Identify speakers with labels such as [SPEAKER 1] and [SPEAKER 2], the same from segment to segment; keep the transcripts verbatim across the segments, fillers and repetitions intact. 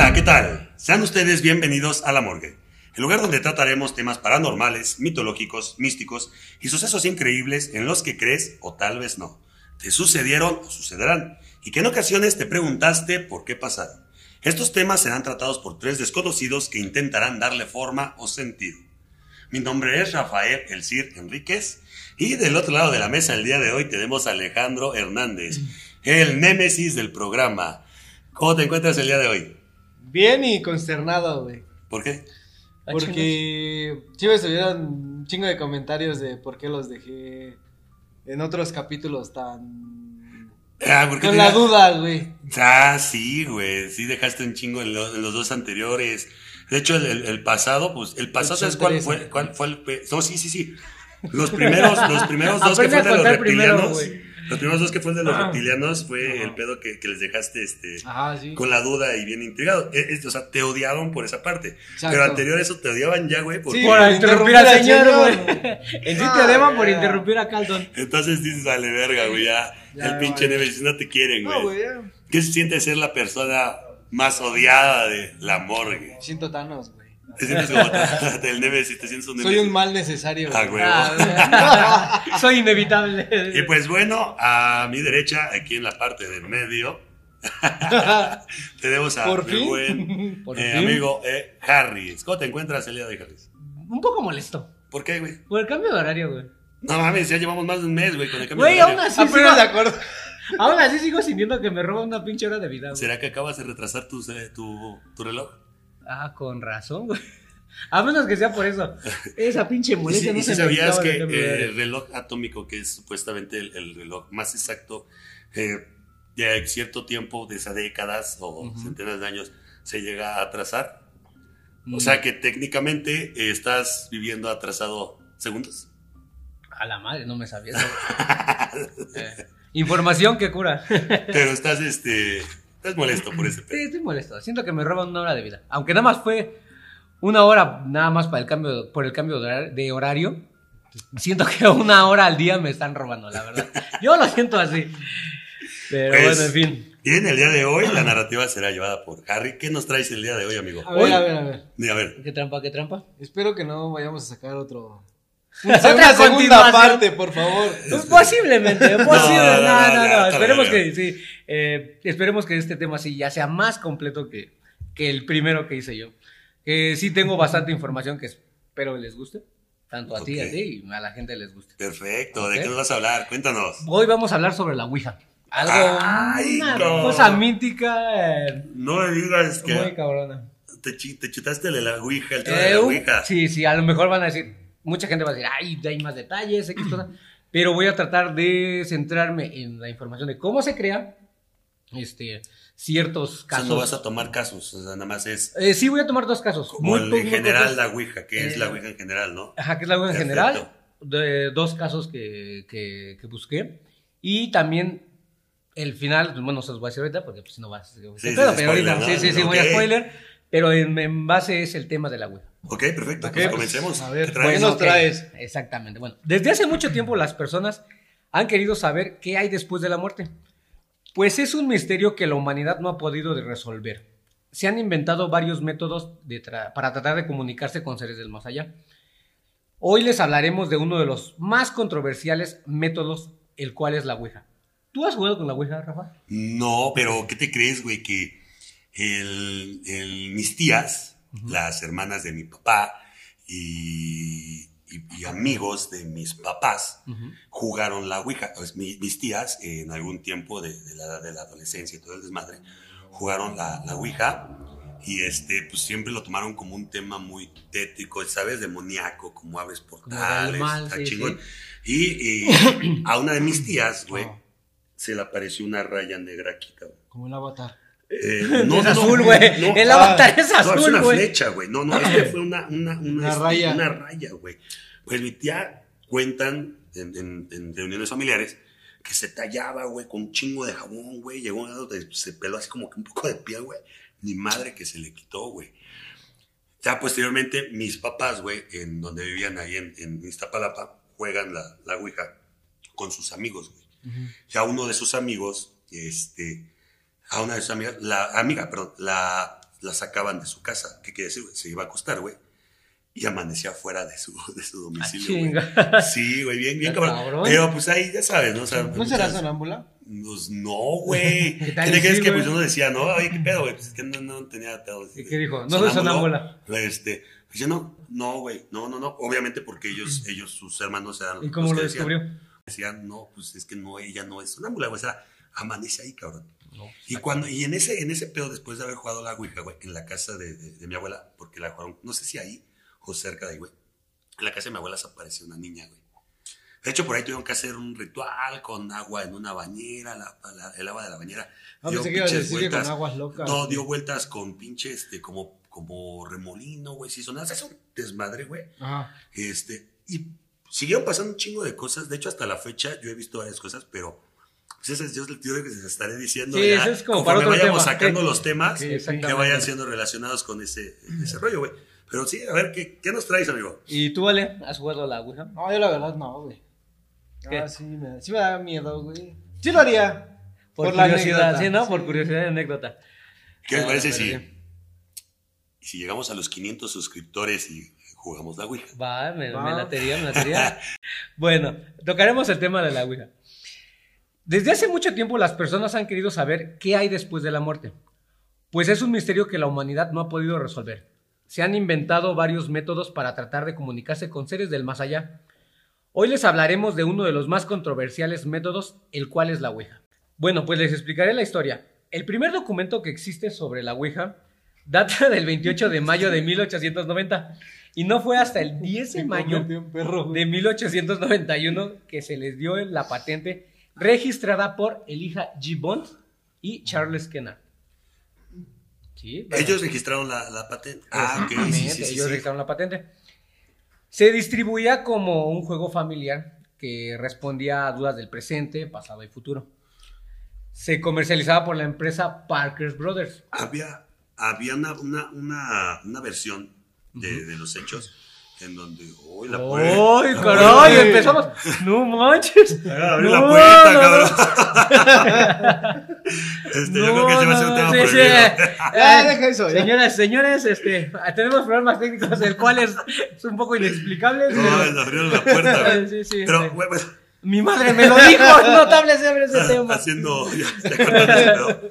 [SPEAKER 1] Hola, ¿qué tal? Sean ustedes bienvenidos a La Morgue, el lugar donde trataremos temas paranormales, mitológicos, místicos y sucesos increíbles en los que crees o tal vez no, te sucedieron o sucederán, y que en ocasiones te preguntaste por qué pasaron. Estos temas serán tratados por tres desconocidos que intentarán darle forma o sentido. Mi nombre es Rafael El Cir Enríquez, y del otro lado de la mesa el día de hoy tenemos a Alejandro Hernández, el némesis del programa. ¿Cómo te encuentras el día de hoy?
[SPEAKER 2] Bien y consternado, güey.
[SPEAKER 1] ¿Por qué?
[SPEAKER 2] Porque sí me subieron un chingo de comentarios de por qué los dejé en otros capítulos tan...
[SPEAKER 1] Ah, ¿por qué
[SPEAKER 2] con
[SPEAKER 1] te
[SPEAKER 2] la
[SPEAKER 1] da-
[SPEAKER 2] duda, güey.
[SPEAKER 1] Ah, sí, güey, sí dejaste un chingo en, lo- en los dos anteriores. De hecho, el, el- el pasado, pues, el pasado, ¿sabes cuál fue? ¿Cuál fue el pe- No, sí, sí, sí. Los primeros, los primeros dos que
[SPEAKER 3] Aprende
[SPEAKER 1] fue
[SPEAKER 3] a
[SPEAKER 1] de los
[SPEAKER 3] contar primero,
[SPEAKER 1] reptilianos.
[SPEAKER 3] güey.
[SPEAKER 1] Los primeros dos que fue el de los
[SPEAKER 3] Ajá.
[SPEAKER 1] reptilianos fue
[SPEAKER 2] Ajá.
[SPEAKER 1] el pedo que, que les dejaste este
[SPEAKER 2] Ajá, sí.
[SPEAKER 1] con la duda y bien intrigado. Es- es- o sea, te odiaban por esa parte.
[SPEAKER 2] Exacto.
[SPEAKER 1] Pero anterior a eso te odiaban ya, güey. Porque...
[SPEAKER 2] Sí,
[SPEAKER 3] Por
[SPEAKER 2] por
[SPEAKER 3] interrumpir al
[SPEAKER 2] interrumpir
[SPEAKER 3] señor,
[SPEAKER 2] al
[SPEAKER 3] güey.
[SPEAKER 2] señor.
[SPEAKER 3] En sí
[SPEAKER 2] Ah,
[SPEAKER 3] te deman por
[SPEAKER 2] ya.
[SPEAKER 3] interrumpir a Carlton.
[SPEAKER 1] Entonces dices, vale, verga, güey, ya.
[SPEAKER 2] Ya,
[SPEAKER 1] el pinche
[SPEAKER 2] vale.
[SPEAKER 1] Nemesis no te quieren,
[SPEAKER 2] No,
[SPEAKER 1] güey.
[SPEAKER 2] güey, ya.
[SPEAKER 1] ¿Qué se siente ser la persona más odiada de La Morgue?
[SPEAKER 2] Siento Thanos, güey.
[SPEAKER 1] Te sientes como el Nemesis, te sientes un Nemesis.
[SPEAKER 2] Soy un mal necesario,
[SPEAKER 1] Ah,
[SPEAKER 2] güey.
[SPEAKER 1] güey.
[SPEAKER 3] Ah, soy inevitable.
[SPEAKER 1] Y pues bueno, a mi derecha, aquí en la parte del medio, tenemos a
[SPEAKER 2] ¿Por
[SPEAKER 1] mi
[SPEAKER 2] fin?
[SPEAKER 1] buen
[SPEAKER 3] Por
[SPEAKER 1] eh,
[SPEAKER 3] fin.
[SPEAKER 1] amigo eh, Harris. ¿Cómo te encuentras el día de hoy, Harris?
[SPEAKER 3] Un poco molesto.
[SPEAKER 1] ¿Por qué, güey?
[SPEAKER 3] Por el cambio de horario, güey.
[SPEAKER 1] No mames, ya llevamos más de un mes, güey, con el cambio
[SPEAKER 3] Güey,
[SPEAKER 1] de horario.
[SPEAKER 3] aún así,
[SPEAKER 2] Apenas
[SPEAKER 3] sigo,
[SPEAKER 2] de acuerdo.
[SPEAKER 3] aún así sigo sintiendo que me roba una pinche hora de vida, güey.
[SPEAKER 1] ¿Será que acabas de retrasar tu, eh, tu, tu reloj?
[SPEAKER 3] Ah, con razón, güey. A menos que sea por eso. Esa pinche
[SPEAKER 1] ¿Y si,
[SPEAKER 3] molestia no
[SPEAKER 1] y si
[SPEAKER 3] se me
[SPEAKER 1] sabías
[SPEAKER 3] quitaba
[SPEAKER 1] que
[SPEAKER 3] del cambio de
[SPEAKER 1] eh,
[SPEAKER 3] horario.
[SPEAKER 1] el reloj atómico, que es supuestamente el, el reloj más exacto eh, de cierto tiempo, de esas décadas o
[SPEAKER 3] Ujú.
[SPEAKER 1] centenas de años, se llega a atrasar?
[SPEAKER 3] Mm.
[SPEAKER 1] O sea que técnicamente eh, estás viviendo atrasado segundos.
[SPEAKER 3] A la madre, no me sabía eso. Eh, información que cura.
[SPEAKER 1] Pero estás, este, estás molesto por ese
[SPEAKER 3] Sí,
[SPEAKER 1] pedo.
[SPEAKER 3] estoy molesto. Siento que me roban una hora de vida. Aunque nada más fue una hora, nada más para el cambio, por el cambio de horar- de horario. Siento que una hora al día me están robando, la verdad. Yo lo siento así. Pero
[SPEAKER 1] Pues,
[SPEAKER 3] bueno, en fin.
[SPEAKER 1] Bien, el día de hoy la narrativa será llevada por Harry. ¿Qué nos traes el día de hoy, amigo?
[SPEAKER 2] A ver,
[SPEAKER 3] Hoy-
[SPEAKER 2] a ver, a ver.
[SPEAKER 1] Mira, a ver.
[SPEAKER 3] ¿Qué trampa, qué trampa?
[SPEAKER 2] Espero que no vayamos a sacar otro.
[SPEAKER 3] Otra
[SPEAKER 2] Una segunda
[SPEAKER 3] continuación.
[SPEAKER 2] parte, por favor.
[SPEAKER 3] Pues posiblemente, posible.
[SPEAKER 1] no,
[SPEAKER 3] No,
[SPEAKER 1] no,
[SPEAKER 3] no, no.
[SPEAKER 1] ya,
[SPEAKER 3] Esperemos
[SPEAKER 1] cállate.
[SPEAKER 3] que sí. eh, esperemos que este tema sí ya sea más completo que, que el primero que hice yo. Que sí tengo bastante información que espero que les guste. Tanto a ti,
[SPEAKER 1] Ok.
[SPEAKER 3] a ti y a la gente les guste.
[SPEAKER 1] Perfecto. ¿De
[SPEAKER 3] Ok.
[SPEAKER 1] qué nos vas a hablar? Cuéntanos.
[SPEAKER 3] Hoy vamos a hablar sobre la Ouija. Algo,
[SPEAKER 1] Ay,
[SPEAKER 3] una
[SPEAKER 1] no.
[SPEAKER 3] cosa mítica, eh,
[SPEAKER 1] No me digas
[SPEAKER 3] muy
[SPEAKER 1] que
[SPEAKER 3] cabrona.
[SPEAKER 1] te, chi- te chutaste de la Ouija, el tema
[SPEAKER 3] Eh,
[SPEAKER 1] de la
[SPEAKER 3] un-
[SPEAKER 1] Ouija.
[SPEAKER 3] sí, sí, a lo mejor van a decir, mucha gente va a decir, ay, hay más detalles, X cosa, pero voy a tratar de centrarme en la información de cómo se crea este, ciertos
[SPEAKER 1] O sea,
[SPEAKER 3] casos.
[SPEAKER 1] no vas a tomar casos, o sea, nada más es
[SPEAKER 3] Eh, sí, voy a tomar dos casos.
[SPEAKER 1] como
[SPEAKER 3] muy
[SPEAKER 1] el
[SPEAKER 3] po-
[SPEAKER 1] en
[SPEAKER 3] muy
[SPEAKER 1] general
[SPEAKER 3] pocos.
[SPEAKER 1] la Ouija, que es
[SPEAKER 3] Eh,
[SPEAKER 1] la Ouija en general, ¿no?
[SPEAKER 3] Ajá, que es la Ouija en
[SPEAKER 1] Perfecto.
[SPEAKER 3] general. De dos casos que, que, que busqué. Y también el final, pues, bueno, se los voy a decir ahorita porque pues, si no va a ser.
[SPEAKER 1] Sí, sí,
[SPEAKER 3] pero
[SPEAKER 1] spoiler,
[SPEAKER 3] ahorita,
[SPEAKER 1] ¿no?
[SPEAKER 3] sí, sí, sí, voy a
[SPEAKER 1] Ok.
[SPEAKER 3] spoiler. Pero en, en base es el tema de la Ouija.
[SPEAKER 1] Ok, perfecto,
[SPEAKER 2] Ok,
[SPEAKER 1] pues
[SPEAKER 2] pues,
[SPEAKER 1] comencemos.
[SPEAKER 2] a ver,
[SPEAKER 1] ¿Qué traes?
[SPEAKER 2] ¿qué nos
[SPEAKER 3] ok,
[SPEAKER 2] traes?
[SPEAKER 3] Exactamente. Bueno, desde hace mucho tiempo las personas han querido saber qué hay después de la muerte. Pues es un misterio que la humanidad no ha podido de resolver. Se han inventado varios métodos de tra- para tratar de comunicarse con seres del más allá. Hoy les hablaremos de uno de los más controversiales métodos, el cual es la Ouija. ¿Tú has jugado con la Ouija, Rafa?
[SPEAKER 1] No, pero ¿qué te crees, güey? Que el, el- mis tías, las hermanas de mi papá y, y- y amigos de mis papás jugaron la Ouija. Pues, mi- mis tías, eh, en algún tiempo de, de la, de la adolescencia y todo el desmadre, jugaron la, la Ouija y este, pues siempre lo tomaron como un tema muy tétrico, ¿sabes? Demoníaco, como abres portales,
[SPEAKER 3] del mal,
[SPEAKER 1] está
[SPEAKER 3] sí,
[SPEAKER 1] chingón.
[SPEAKER 3] sí.
[SPEAKER 1] Y, y a una de mis tías, güey,
[SPEAKER 2] Oh.
[SPEAKER 1] se le apareció una raya negra aquí, cabrón.
[SPEAKER 2] Como el avatar.
[SPEAKER 1] Eh,
[SPEAKER 3] Es azul, güey. El avatar es
[SPEAKER 1] no, es
[SPEAKER 3] azul,
[SPEAKER 1] una
[SPEAKER 3] güey.
[SPEAKER 1] flecha, güey. No, no, este fue una, una, una,
[SPEAKER 2] Una
[SPEAKER 1] este,
[SPEAKER 2] raya.
[SPEAKER 1] Una raya, güey. Pues mi tía cuentan en, en, en reuniones familiares que se tallaba, güey, con un chingo de jabón, güey. Llegó un lado, se peló así como que un poco de piel, güey. Mi madre que se le quitó, güey. Ya posteriormente, mis papás, güey, en donde vivían ahí en, en Iztapalapa, juegan la, la Ouija con sus amigos, güey.
[SPEAKER 2] Ujú.
[SPEAKER 1] Ya uno de sus amigos, este, a una de sus amigas, la amiga, perdón, la, la sacaban de su casa. ¿Qué quiere decir, güey? Se iba a acostar, güey. Y amanecía fuera de su, de su domicilio,
[SPEAKER 3] Ah,
[SPEAKER 1] güey. Sí, güey, bien, bien cabrón.
[SPEAKER 3] cabrón.
[SPEAKER 1] Pero pues ahí, ya sabes, ¿no? O sea,
[SPEAKER 2] ¿No será
[SPEAKER 1] muchas-
[SPEAKER 2] sonámbula?
[SPEAKER 1] Pues no, güey. ¿Qué
[SPEAKER 3] tal
[SPEAKER 1] te
[SPEAKER 3] y
[SPEAKER 1] crees
[SPEAKER 3] sí,
[SPEAKER 1] que
[SPEAKER 3] güey?
[SPEAKER 1] pues uno decía, no? Oye, ¿qué pedo, güey? Pues es que no, no tenía pedo.
[SPEAKER 3] ¿Y qué dijo? No soy sonámbula.
[SPEAKER 1] Este, pues yo no, no, güey, no, no, no. Obviamente porque ellos, ellos, sus hermanos eran
[SPEAKER 3] ¿Y cómo
[SPEAKER 1] los
[SPEAKER 3] lo
[SPEAKER 1] que decían.
[SPEAKER 3] descubrió?
[SPEAKER 1] Decían, no, pues es que no, ella no es sonámbula, güey. O sea, amanece ahí, cabrón.
[SPEAKER 3] No,
[SPEAKER 1] Y cuando, y en ese, en ese pedo, después de haber jugado la Ouija, güey, en la casa de, de, de mi abuela, porque la jugaron, no sé si ahí o cerca de ahí, güey. En la casa de mi abuela se apareció una niña, güey. De hecho, por ahí tuvieron que hacer un ritual con agua en una bañera, la, la- el agua de la bañera.
[SPEAKER 2] Ah,
[SPEAKER 1] dio
[SPEAKER 2] pensé que ibas a
[SPEAKER 1] pinches
[SPEAKER 2] decir que con aguas locas.
[SPEAKER 1] No, dio vueltas con pinche, este, como, como remolino, güey. Sí, sonaba, es un desmadre, güey.
[SPEAKER 2] Ajá.
[SPEAKER 1] Este, y siguieron pasando un chingo de cosas. De hecho, hasta la fecha yo he visto varias cosas, pero pues esas yo, yo creo que les estaré diciendo
[SPEAKER 3] Sí,
[SPEAKER 1] ya.
[SPEAKER 3] eso es como para
[SPEAKER 1] conforme
[SPEAKER 3] otro
[SPEAKER 1] vayamos
[SPEAKER 3] tema.
[SPEAKER 1] sacando
[SPEAKER 3] Sí.
[SPEAKER 1] los temas
[SPEAKER 3] Sí,
[SPEAKER 1] que
[SPEAKER 3] exactamente.
[SPEAKER 1] vayan siendo relacionados con ese, ese rollo, güey. Pero sí, a ver, ¿qué, qué nos traes, amigo?
[SPEAKER 3] ¿Y tú, Ale? ¿Has jugado a la Ouija?
[SPEAKER 2] No, yo la verdad no, güey.
[SPEAKER 3] ¿Qué?
[SPEAKER 2] Ah, sí me, sí me da miedo, güey. Sí lo haría.
[SPEAKER 3] Por,
[SPEAKER 2] la
[SPEAKER 3] curiosidad,
[SPEAKER 2] anécdota.
[SPEAKER 3] sí, ¿no? Por curiosidad de anécdota.
[SPEAKER 1] ¿Qué les
[SPEAKER 3] Ah,
[SPEAKER 1] parece
[SPEAKER 3] pero
[SPEAKER 1] si,
[SPEAKER 3] sí.
[SPEAKER 1] si llegamos a los quinientos suscriptores y jugamos la Ouija?
[SPEAKER 3] Va, me,
[SPEAKER 2] Va.
[SPEAKER 3] me latería, me latería. Bueno, tocaremos el tema de la Ouija. Desde hace mucho tiempo las personas han querido saber qué hay después de la muerte, pues es un misterio que la humanidad no ha podido resolver. Se han inventado varios métodos para tratar de comunicarse con seres del más allá. Hoy les hablaremos de uno de los más controversiales métodos, el cual es la Ouija. Bueno, pues les explicaré la historia. El primer documento que existe sobre la Ouija data del veintiocho de mayo de mil ochocientos noventa y no fue hasta el diez de
[SPEAKER 2] Se
[SPEAKER 3] mayo
[SPEAKER 2] convirtió en perro, güey.
[SPEAKER 3] de mil ochocientos noventa y uno que se les dio la patente registrada por Elijah G. Bond y Charles Kennard. ¿Sí? Bueno,
[SPEAKER 1] Ellos registraron la, la patente. Ah, ok, sí, sí,
[SPEAKER 3] exactamente,
[SPEAKER 1] sí,
[SPEAKER 3] ellos
[SPEAKER 1] sí.
[SPEAKER 3] registraron la patente. Se distribuía como un juego familiar que respondía a dudas del presente, pasado y futuro. Se comercializaba por la empresa Parker Brothers.
[SPEAKER 1] Había, había una, una, una, una versión de, de los hechos en donde. ¡Uy, la puerta!
[SPEAKER 3] ¡Ay,
[SPEAKER 1] la
[SPEAKER 3] caray!
[SPEAKER 1] puerta!
[SPEAKER 3] Empezamos. ¡No manches!
[SPEAKER 1] Abre
[SPEAKER 3] No,
[SPEAKER 1] la puerta,
[SPEAKER 3] no,
[SPEAKER 1] cabrón. Este, yo creo que ese va a ser un tema
[SPEAKER 3] sí, sí.
[SPEAKER 1] prohibido.
[SPEAKER 2] Ya, deja eso, ya.
[SPEAKER 3] Señoras, señores, este, tenemos problemas técnicos, el cual es, es un poco inexplicable.
[SPEAKER 1] No,
[SPEAKER 3] pero-
[SPEAKER 1] les abrieron la puerta, güey.
[SPEAKER 3] Sí, sí,
[SPEAKER 1] Pero,
[SPEAKER 3] sí.
[SPEAKER 1] güey, pues,
[SPEAKER 3] Mi madre me lo dijo, es notable sobre ese tema.
[SPEAKER 1] haciendo. Ya, ya con ese pedo.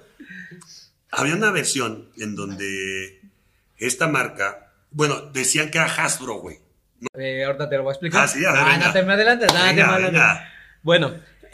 [SPEAKER 1] Había una versión en donde esta marca. Bueno, decían que era Hasbro, güey.
[SPEAKER 3] Eh, ahorita te lo voy a explicar.
[SPEAKER 1] Ah, sí, a ver,
[SPEAKER 3] Ah,
[SPEAKER 1] venga.
[SPEAKER 3] no te me adelantes, no te me
[SPEAKER 1] Venga,
[SPEAKER 3] adelantes.
[SPEAKER 1] venga.
[SPEAKER 3] Bueno,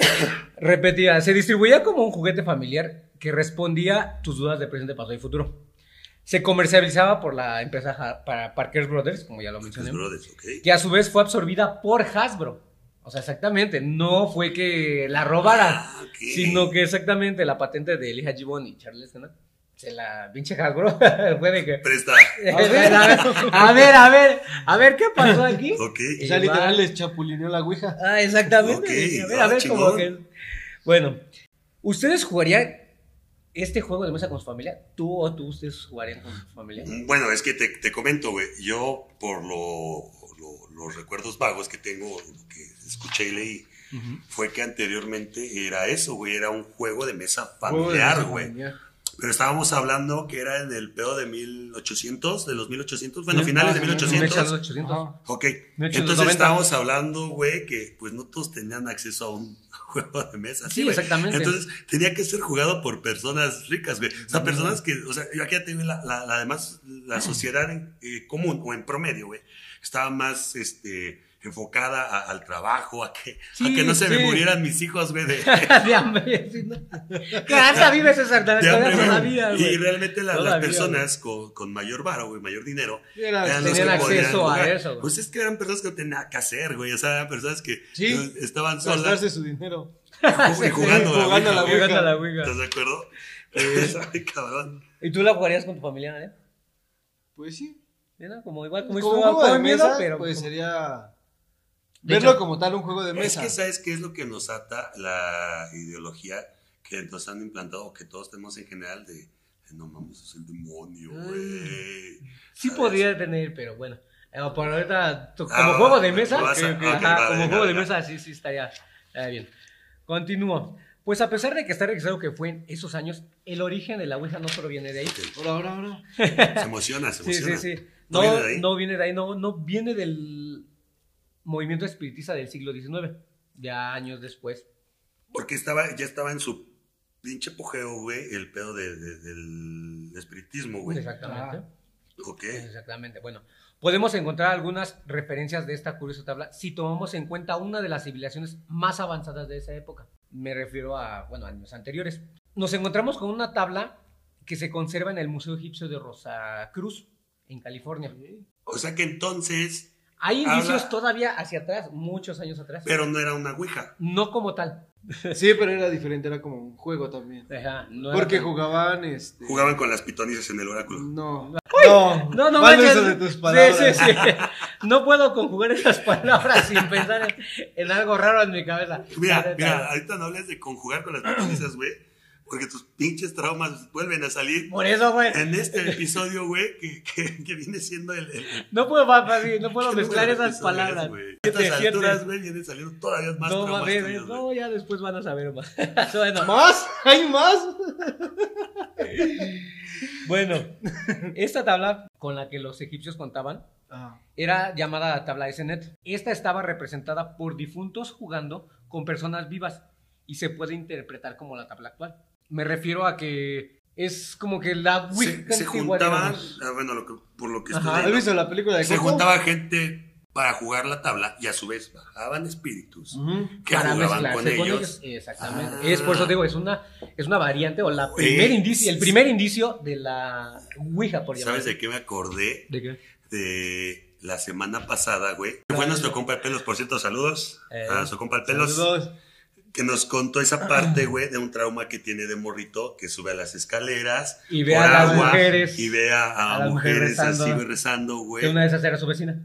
[SPEAKER 3] repetía, se distribuía como un juguete familiar que respondía a tus dudas de presente, pasado y futuro. Se comercializaba por la empresa Ja- para Parker Brothers, como ya lo mencioné,
[SPEAKER 1] Brothers, ok.
[SPEAKER 3] que a su vez fue absorbida por Hasbro. O sea, exactamente, no fue que la robaran,
[SPEAKER 1] Ah, ok.
[SPEAKER 3] sino que exactamente la patente de Elijah Gibbon y Charles Kennard, se la pinche Hasbro fue de que...
[SPEAKER 1] Presta.
[SPEAKER 3] A ver, a ver, a ver, a ver, a ver, ¿qué pasó aquí?
[SPEAKER 1] Ok.
[SPEAKER 2] O sea, literal les chapulineó la ouija.
[SPEAKER 3] Ah, exactamente.
[SPEAKER 1] Ok,
[SPEAKER 3] A ver, a
[SPEAKER 1] ah,
[SPEAKER 3] ver,
[SPEAKER 1] chingón.
[SPEAKER 3] como que... Bueno, ¿ustedes jugarían este juego de mesa con su familia? ¿Tú o tú ustedes jugarían con su familia?
[SPEAKER 1] Bueno, es que te, te comento, güey. Yo, por lo, lo- los recuerdos vagos que tengo, lo que escuché y leí, fue que anteriormente era eso, güey. Era un juego de mesa
[SPEAKER 2] Juego de
[SPEAKER 1] familiar,
[SPEAKER 2] mesa
[SPEAKER 1] güey.
[SPEAKER 2] familiar.
[SPEAKER 1] Pero estábamos hablando que era en el pedo de mil ochocientos, de los mil ochocientos, bueno,
[SPEAKER 2] Sí,
[SPEAKER 1] finales de
[SPEAKER 2] más o
[SPEAKER 1] mil
[SPEAKER 2] menos.
[SPEAKER 3] Me echan los
[SPEAKER 1] ochocientos.
[SPEAKER 3] ochocientos.
[SPEAKER 2] Ajá.
[SPEAKER 1] Ok,
[SPEAKER 3] mil ochocientos
[SPEAKER 1] entonces
[SPEAKER 3] noventa.
[SPEAKER 1] estábamos hablando, güey, que pues no todos tenían acceso a un juego de mesa.
[SPEAKER 3] Sí,
[SPEAKER 1] güey.
[SPEAKER 3] exactamente.
[SPEAKER 1] Entonces tenía que ser jugado por personas ricas, güey. O sea, personas que, o sea, yo aquí ya tengo la, la, la- además, la sociedad en, eh, común o en promedio, güey, estaba más, este, enfocada a- al trabajo, a que, a
[SPEAKER 3] Sí,
[SPEAKER 1] que no se
[SPEAKER 3] sí.
[SPEAKER 1] me murieran mis hijos, güey, de,
[SPEAKER 3] De hambre, sí, ¿no? ¿Qué anda vives esa
[SPEAKER 1] de hambre, güey.
[SPEAKER 3] todavía,
[SPEAKER 1] Y
[SPEAKER 3] güey?
[SPEAKER 1] realmente la-
[SPEAKER 3] Todavía,
[SPEAKER 1] las personas con, con mayor varo, güey, mayor dinero,
[SPEAKER 2] Era-
[SPEAKER 1] eran los
[SPEAKER 3] tenían
[SPEAKER 1] que podían
[SPEAKER 3] acceso a
[SPEAKER 1] jugar.
[SPEAKER 3] eso, güey.
[SPEAKER 1] Pues es que eran personas que no tenían nada que hacer, güey. O sea, eran personas que
[SPEAKER 2] Sí.
[SPEAKER 1] eh, estaban solas
[SPEAKER 2] Gastarse su dinero.
[SPEAKER 1] y jugando,
[SPEAKER 2] Sí, jugando a la
[SPEAKER 1] güey.
[SPEAKER 3] Jugando a la Ouija.
[SPEAKER 1] ¿Estás de acuerdo? Eh, Ay, cabrón.
[SPEAKER 3] ¿Y tú la jugarías con tu familia, ¿eh?
[SPEAKER 2] Pues sí.
[SPEAKER 3] ¿Sí, no? Como igual, como
[SPEAKER 2] Como un
[SPEAKER 3] estuvo
[SPEAKER 2] juego de
[SPEAKER 3] con miedo,
[SPEAKER 2] mesa,
[SPEAKER 3] pero...
[SPEAKER 2] pues
[SPEAKER 3] como-
[SPEAKER 2] sería
[SPEAKER 3] De
[SPEAKER 2] verlo
[SPEAKER 3] hecho-
[SPEAKER 2] como tal un juego de
[SPEAKER 1] Es
[SPEAKER 2] mesa.
[SPEAKER 1] que, ¿sabes qué es lo que nos ata? La ideología que nos han implantado, o que todos tenemos en general, de, de no mames, es el demonio, güey.
[SPEAKER 3] Sí
[SPEAKER 1] ¿Sabes?
[SPEAKER 3] podría tener, pero bueno. Eh, por ahorita, tu- como
[SPEAKER 1] Ah,
[SPEAKER 3] juego de
[SPEAKER 1] ok,
[SPEAKER 3] mesa,
[SPEAKER 1] vas a-
[SPEAKER 3] ok, ok,
[SPEAKER 1] ok,
[SPEAKER 3] ajá,
[SPEAKER 1] va,
[SPEAKER 3] como
[SPEAKER 1] venga,
[SPEAKER 3] juego de
[SPEAKER 1] venga.
[SPEAKER 3] mesa, sí, sí, estaría, estaría bien. Continúo. Pues a pesar de que está registrado que fue en esos años, el origen de la Ouija no proviene de ahí.
[SPEAKER 2] Ahora, ahora, ahora.
[SPEAKER 1] Se emociona, se
[SPEAKER 3] Sí,
[SPEAKER 1] emociona.
[SPEAKER 3] sí, sí.
[SPEAKER 1] ¿No,
[SPEAKER 3] No,
[SPEAKER 1] viene de ahí?
[SPEAKER 3] no viene de ahí, no, no viene del movimiento espiritista del siglo diecinueve, ya años después.
[SPEAKER 1] Porque estaba, ya estaba en su pinche apogeo, güey, el pedo de, de- del espiritismo, güey.
[SPEAKER 3] Exactamente.
[SPEAKER 1] Ok.
[SPEAKER 3] Exactamente. Bueno, podemos encontrar algunas referencias de esta curiosa tabla si tomamos en cuenta una de las civilizaciones más avanzadas de esa época. Me refiero a, bueno, años anteriores. Nos encontramos con una tabla que se conserva en el Museo Egipcio de Rosacruz, en California.
[SPEAKER 1] O sea que entonces,
[SPEAKER 3] Hay
[SPEAKER 1] Habla-
[SPEAKER 3] indicios todavía hacia atrás, muchos años atrás.
[SPEAKER 1] pero no era una ouija.
[SPEAKER 3] No como tal.
[SPEAKER 2] Sí, pero era diferente, era como un juego también.
[SPEAKER 3] Ajá, no era
[SPEAKER 2] Porque
[SPEAKER 3] tan-
[SPEAKER 2] jugaban, este...
[SPEAKER 1] Jugaban con las pitonices en el oráculo.
[SPEAKER 2] No. No,
[SPEAKER 3] No, no
[SPEAKER 2] mal
[SPEAKER 3] manches.
[SPEAKER 2] uso de tus palabras.
[SPEAKER 3] Sí, sí, sí. No puedo conjugar esas palabras sin pensar en, en algo raro en mi cabeza.
[SPEAKER 1] Mira, mira, ahorita no hables de conjugar con las pitonices, güey, porque tus pinches traumas vuelven a salir
[SPEAKER 3] Por eso, güey.
[SPEAKER 1] en este episodio, güey, que, que, que viene siendo el... el- el-
[SPEAKER 3] No puedo, papi, no puedo
[SPEAKER 1] ¿qué
[SPEAKER 3] mezclar
[SPEAKER 1] número de
[SPEAKER 3] esas
[SPEAKER 1] episodio
[SPEAKER 3] palabras.
[SPEAKER 1] es, güey? A
[SPEAKER 3] Siete,
[SPEAKER 1] estas
[SPEAKER 3] siete.
[SPEAKER 1] alturas, güey, vienen saliendo todavía más
[SPEAKER 3] No,
[SPEAKER 1] traumas
[SPEAKER 3] mames,
[SPEAKER 1] tuyos, güey.
[SPEAKER 3] no, ya después van a saber más. Bueno,
[SPEAKER 2] ¿Más? ¿Hay más?
[SPEAKER 3] bueno, esta tabla con la que los egipcios contaban
[SPEAKER 2] Ah.
[SPEAKER 3] era llamada la tabla de Senet. Esta estaba representada por difuntos jugando con personas vivas y se puede interpretar como la tabla actual. Me refiero a que es como que la
[SPEAKER 1] Se,
[SPEAKER 3] Ouija
[SPEAKER 1] se
[SPEAKER 3] antigua,
[SPEAKER 1] juntaban,
[SPEAKER 3] digamos.
[SPEAKER 1] ah, bueno, lo que, por lo que
[SPEAKER 3] Ajá.
[SPEAKER 1] estoy
[SPEAKER 2] ¿Has
[SPEAKER 1] viendo,
[SPEAKER 2] visto la película de
[SPEAKER 1] se
[SPEAKER 2] Coco?
[SPEAKER 1] juntaba gente para jugar la tabla y a su vez bajaban espíritus
[SPEAKER 2] Ujú.
[SPEAKER 1] que
[SPEAKER 3] Para
[SPEAKER 1] jugaban
[SPEAKER 3] mezclarse
[SPEAKER 1] con ellos.
[SPEAKER 3] Exactamente.
[SPEAKER 1] Ah.
[SPEAKER 3] Es por eso digo, es una, es una variante o la
[SPEAKER 1] Güey,
[SPEAKER 3] primer indicio, el
[SPEAKER 1] sí,
[SPEAKER 3] primer indicio de la Ouija, por llamarlo.
[SPEAKER 1] ¿Sabes de qué me acordé?
[SPEAKER 3] ¿De qué?
[SPEAKER 1] De la semana pasada, güey. Que fue nuestro compa el Pelos, por cierto, saludos
[SPEAKER 3] Eh,
[SPEAKER 1] a su compa el Pelos.
[SPEAKER 2] Saludos.
[SPEAKER 1] Que nos contó esa parte, güey, de un trauma que tiene de morrito, que sube a las escaleras.
[SPEAKER 3] Y ve
[SPEAKER 1] por
[SPEAKER 3] a las
[SPEAKER 1] agua,
[SPEAKER 3] mujeres.
[SPEAKER 1] Y ve a, a
[SPEAKER 3] a las
[SPEAKER 1] mujeres
[SPEAKER 3] mujeres rezando.
[SPEAKER 1] así, güey, rezando,
[SPEAKER 3] Que
[SPEAKER 1] güey.
[SPEAKER 3] una de esas era su vecina.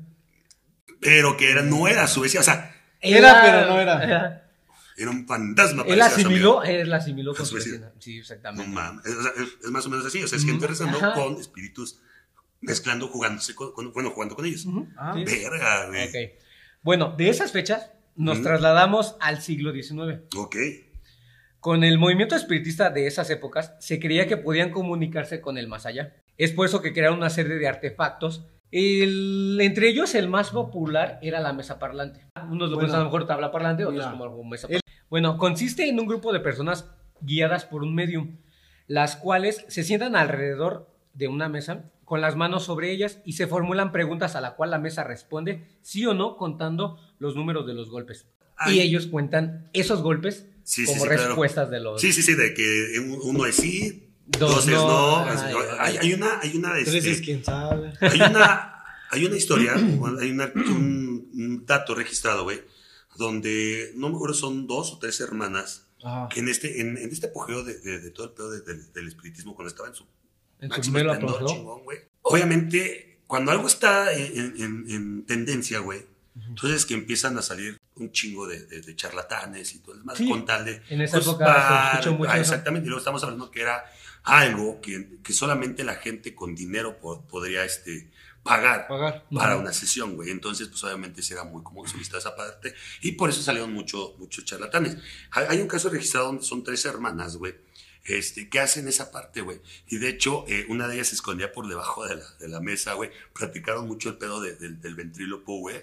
[SPEAKER 1] Pero que era, no era su vecina, o sea,
[SPEAKER 2] Era, pero no era.
[SPEAKER 3] Ajá.
[SPEAKER 1] era un fantasma.
[SPEAKER 3] Él
[SPEAKER 1] parecía su
[SPEAKER 3] asimiló,
[SPEAKER 1] amigo.
[SPEAKER 3] él la asimiló
[SPEAKER 1] A
[SPEAKER 3] con
[SPEAKER 1] su
[SPEAKER 3] su
[SPEAKER 1] vecina.
[SPEAKER 3] vecina. Sí,
[SPEAKER 1] No
[SPEAKER 3] exactamente.
[SPEAKER 1] mames. Es, o sea, es- es más o menos así, o sea, es gente rezando
[SPEAKER 3] Ajá.
[SPEAKER 1] con espíritus, mezclando, jugándose, con, con- bueno, jugando con ellos.
[SPEAKER 3] Ujú,
[SPEAKER 2] Ah.
[SPEAKER 3] sí.
[SPEAKER 1] Verga, güey.
[SPEAKER 3] Ok. Bueno, de esas fechas nos
[SPEAKER 1] Ujú.
[SPEAKER 3] trasladamos al siglo diecinueve.
[SPEAKER 1] Ok.
[SPEAKER 3] Con el movimiento espiritista de esas épocas, se creía que podían comunicarse con el más allá. Es por eso que crearon una serie de artefactos. El- entre ellos, el más popular era la mesa parlante. Unos lo
[SPEAKER 2] Bueno.
[SPEAKER 3] piensan a lo mejor tabla parlante, otros
[SPEAKER 2] Mira.
[SPEAKER 3] como algo mesa parlante. Bueno, consiste en un grupo de personas guiadas por un medium, las cuales se sientan alrededor de una mesa con las manos sobre ellas y se formulan preguntas a la cual la mesa responde sí o no contando los números de los golpes.
[SPEAKER 1] Ay.
[SPEAKER 3] Y ellos cuentan esos golpes
[SPEAKER 1] Sí, sí,
[SPEAKER 3] como
[SPEAKER 1] sí, claro.
[SPEAKER 3] respuestas de los...
[SPEAKER 1] Sí, sí, sí, de que un- uno es sí,
[SPEAKER 3] Dos
[SPEAKER 1] dos, es
[SPEAKER 3] no.
[SPEAKER 1] no.
[SPEAKER 3] Ay,
[SPEAKER 1] así,
[SPEAKER 3] ay,
[SPEAKER 1] hay, hay una, hay una,
[SPEAKER 2] Tres
[SPEAKER 1] este,
[SPEAKER 2] es quién sabe.
[SPEAKER 1] hay una, hay una historia, o hay una- un, un dato registrado, güey, donde no me acuerdo, son dos o tres hermanas
[SPEAKER 2] Ajá.
[SPEAKER 1] que en este, en, en este apogeo de, de- de todo el pedo de- de- del espiritismo, cuando estaba en su
[SPEAKER 3] En su
[SPEAKER 1] máximo
[SPEAKER 3] mero
[SPEAKER 1] esplendor,
[SPEAKER 3] apogeo.
[SPEAKER 1] chingón, güey. Obviamente, cuando algo está en, en- en tendencia, güey, entonces que empiezan a salir un chingo de, de- de charlatanes y todo el demás,
[SPEAKER 3] Sí,
[SPEAKER 1] con tal de...
[SPEAKER 3] en esa época se escuchó mucho
[SPEAKER 1] ah,
[SPEAKER 3] eso.
[SPEAKER 1] exactamente, y luego estamos hablando que era algo que, que solamente la gente con dinero po- podría este, pagar
[SPEAKER 2] Pagar.
[SPEAKER 1] para
[SPEAKER 3] Ujú.
[SPEAKER 1] una sesión, güey. Entonces, pues obviamente se era muy común se vista esa parte y por eso salieron mucho, muchos charlatanes. Hay, hay un caso registrado donde son tres hermanas, güey, este, que hacen esa parte, güey. Y de hecho, eh, una de ellas se escondía por debajo de la, de la mesa, güey. Platicaron mucho el pedo de- del- del ventríloco, güey.